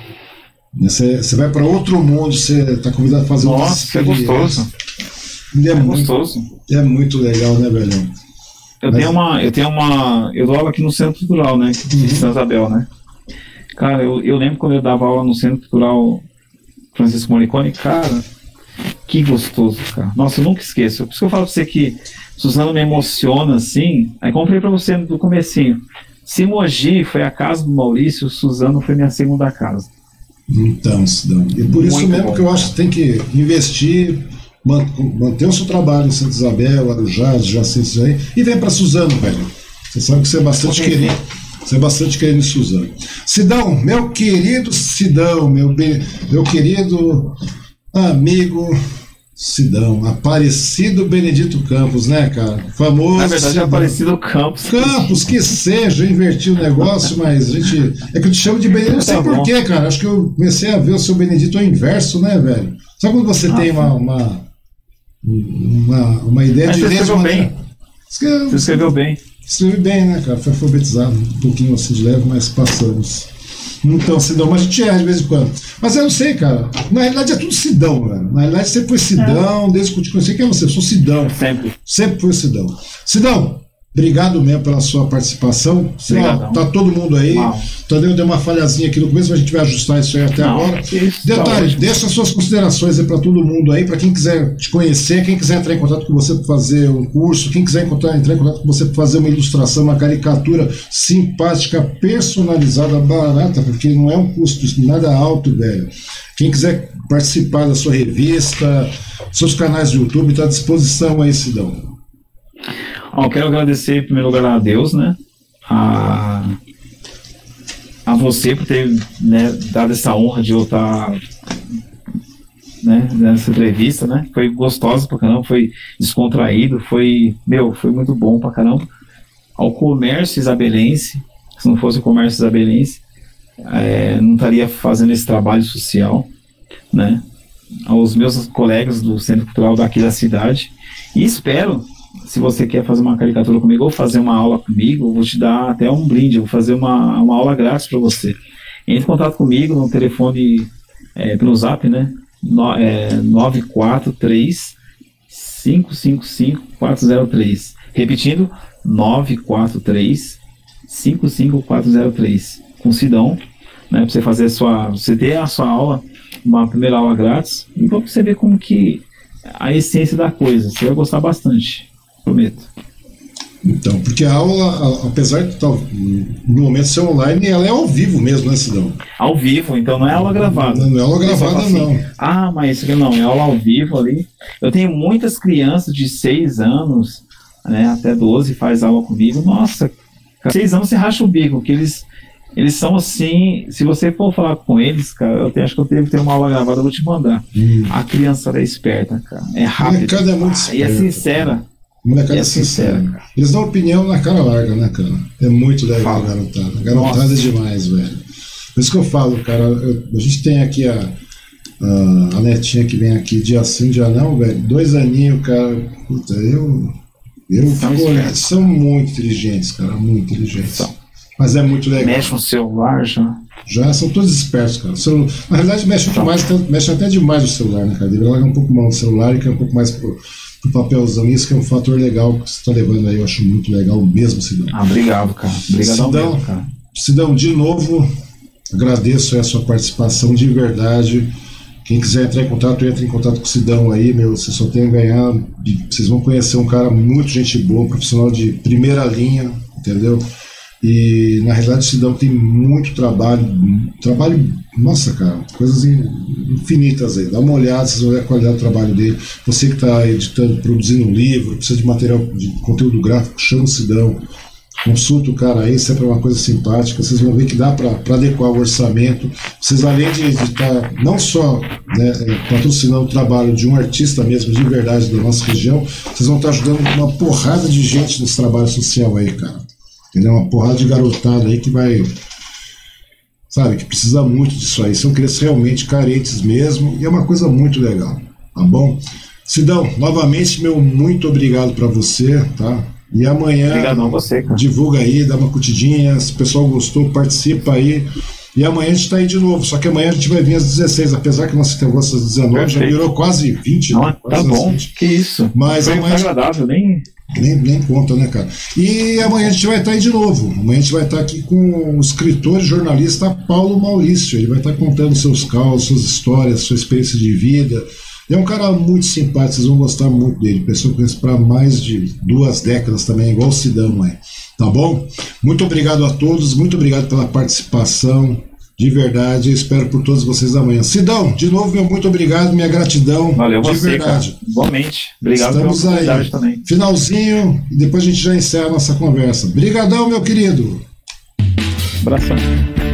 Você, você vai para outro mundo, você está convidado a fazer uma Nossa, é gostoso. É, é muito, gostoso. É muito legal, né, velhão? Eu Mas... tenho uma, eu tenho uma, eu dou aula aqui no Centro Cultural, né, de Santa Isabel, né. Cara, eu, eu lembro quando eu dava aula no Centro Cultural Francisco Morricone, cara, que gostoso, cara. Nossa, eu nunca esqueço. Por isso que eu falo pra você que Suzano me emociona, assim. Aí comprei pra você do comecinho. Se Mogi foi a casa do Maurício, Suzano foi minha segunda casa. Então, Sidão. E por isso Muito mesmo bom, que eu cara. acho que tem que investir, manter o seu trabalho em Santa Isabel, Arujá, Jacinto aí, e vem pra Suzano, velho. Você sabe que você é bastante querido. Você é bastante querido em Suzano. Sidão, meu querido Sidão, meu, be... meu querido amigo Sidão, Aparecido Benedito Campos, né, cara? Famoso. Na verdade Sidão. é Aparecido Campos. Campos, que seja, eu inverti o negócio, mas a gente. É que eu te chamo de Benedito, não sei tá porquê, cara. Acho que eu comecei a ver o seu Benedito ao inverso, né, velho? Sabe quando você ah, tem uma, uma, uma, uma ideia mas de você escreveu maneira... bem. Você escreveu bem. Escrevi bem, né, cara? Foi alfabetizado, um pouquinho assim de leve, mas passamos. Então, Sidão, mas a gente erra de vez em quando. Mas eu não sei, cara. Na realidade é tudo Sidão, velho. Na realidade você foi Sidão, é. desde que eu te conheci. Quem é você? Eu sou Sidão. Sempre. Sempre foi Sidão. Sidão, obrigado mesmo pela sua participação. Sidão, tá todo mundo aí. Tadeu deu uma falhazinha aqui no começo, mas a gente vai ajustar isso aí até não, agora. Isso, Detalhe, tá deixa as suas considerações aí para todo mundo aí, para quem quiser te conhecer, quem quiser entrar em contato com você para fazer um curso, quem quiser encontrar, entrar em contato com você para fazer uma ilustração, uma caricatura simpática, personalizada, barata, porque não é um custo nada alto, velho. Quem quiser participar da sua revista, seus canais do YouTube, está à disposição aí, Sidão. Oh, eu quero agradecer em primeiro lugar a Deus, né? A... a você por ter, né, dado essa honra de eu estar, né, nessa entrevista, né? Foi gostosa pra caramba, foi descontraído, foi, meu, foi muito bom pra caramba. Ao comércio isabelense, se não fosse o comércio isabelense, é, não estaria fazendo esse trabalho social, né? Aos meus colegas do Centro Cultural daqui da cidade, e espero, se você quer fazer uma caricatura comigo ou fazer uma aula comigo, eu vou te dar até um brinde, eu vou fazer uma, uma aula grátis para você. Entre em contato comigo no telefone, é, pelo zap, né? No, é, nove quatro três, cinco cinco cinco, quatro zero três. Repetindo, nove quatro três, cinco cinco quatro zero três. Com Sidão, né? Para você fazer a sua, você ter a sua aula, uma primeira aula grátis, e para você ver como que a essência da coisa, você vai gostar bastante. Prometo. Então, porque a aula, apesar de tal, no momento ser online, ela é ao vivo mesmo, né, Sidão? Ao vivo, então não é aula gravada. Não, não é aula gravada, assim, não. Ah, mas isso aqui não, é aula ao vivo ali. Eu tenho muitas crianças de seis anos, né, até doze, faz aula comigo. Nossa, seis anos você racha o bico, que eles, eles são assim, se você for falar com eles, cara, eu te, acho que eu devo ter uma aula gravada, eu vou te mandar. Hum. A criança é esperta, cara, é rápida, é, cada é muito ah, e é sincera. Molecada é sincera, sincera. cara. Eles dão opinião na cara larga, né, cara? É muito legal a Fala. garotada. A garotada Nossa. é demais, velho. Por isso que eu falo, cara, eu- a gente tem aqui a, a, a netinha que vem aqui dia sim, dia não, velho. Dois aninhos, cara. Puta, eu. Eu São fico olhando. espertos. São muito inteligentes, cara. Muito inteligentes. São. Mas é muito legal. Mexe no celular já. Já são todos espertos, cara. O celu- Na realidade, mexe, Então. mais, mexe até demais o celular, né, cara? Deveria largar um pouco mais o celular e que é um pouco mais pro, pro papelzão. Isso que é um fator legal que você está levando aí. Eu acho muito legal mesmo, Sidão. Ah, obrigado, cara. Obrigadão Sidão. mesmo, cara. Sidão, de novo, agradeço a sua participação de verdade. Quem quiser entrar em contato, entre em contato com o Sidão aí, meu. Você só tem a ganhar. Vocês vão conhecer um cara muito gente boa, profissional de primeira linha, entendeu? E na realidade o Sidão tem muito trabalho, trabalho, nossa, cara, coisas infinitas aí. Dá uma olhada, vocês vão ver a qualidade do trabalho dele. Você que está editando, produzindo um livro, precisa de material, de conteúdo gráfico, chama o Sidão, consulta o cara aí, sempre é uma coisa simpática. Vocês vão ver que dá para adequar o orçamento. Vocês, além de estar não só, né, patrocinando o trabalho de um artista mesmo, de verdade, da nossa região, vocês vão estar ajudando uma porrada de gente nesse trabalho social aí, cara. Entendeu? Uma porrada de garotada aí que vai, sabe, que precisa muito disso aí. São crianças realmente carentes mesmo, e é uma coisa muito legal, tá bom? Sidão, novamente, meu muito obrigado para você, tá? E amanhã, Obrigadão a você, cara. divulga aí, dá uma curtidinha, se o pessoal gostou, participa aí. E amanhã a gente tá aí de novo, só que amanhã a gente vai vir às dezesseis, apesar que nosso negócio às dezenove já Perfeito. virou quase vinte, Não, né? tá Quase bom. vinte. Que isso. Mas Foi amanhã- agradável, nem. Nem, nem conta, né, cara? E amanhã a gente vai estar aí de novo. Amanhã a gente vai estar aqui com o escritor e jornalista Paulo Maurício. Ele vai estar contando seus causos, suas histórias, sua experiência de vida. É um cara muito simpático, vocês vão gostar muito dele. Pessoa que conhece para mais de duas décadas também, igual o Sidão aí. Tá bom? Muito obrigado a todos, muito obrigado pela participação. De verdade, eu espero por todos vocês amanhã. Sidão, de novo, meu muito obrigado, minha gratidão. Valeu de você, verdade. cara. Igualmente. Obrigado Estamos pela aí. oportunidade também. Finalzinho, e depois a gente já encerra a nossa conversa. Brigadão, meu querido. Abração.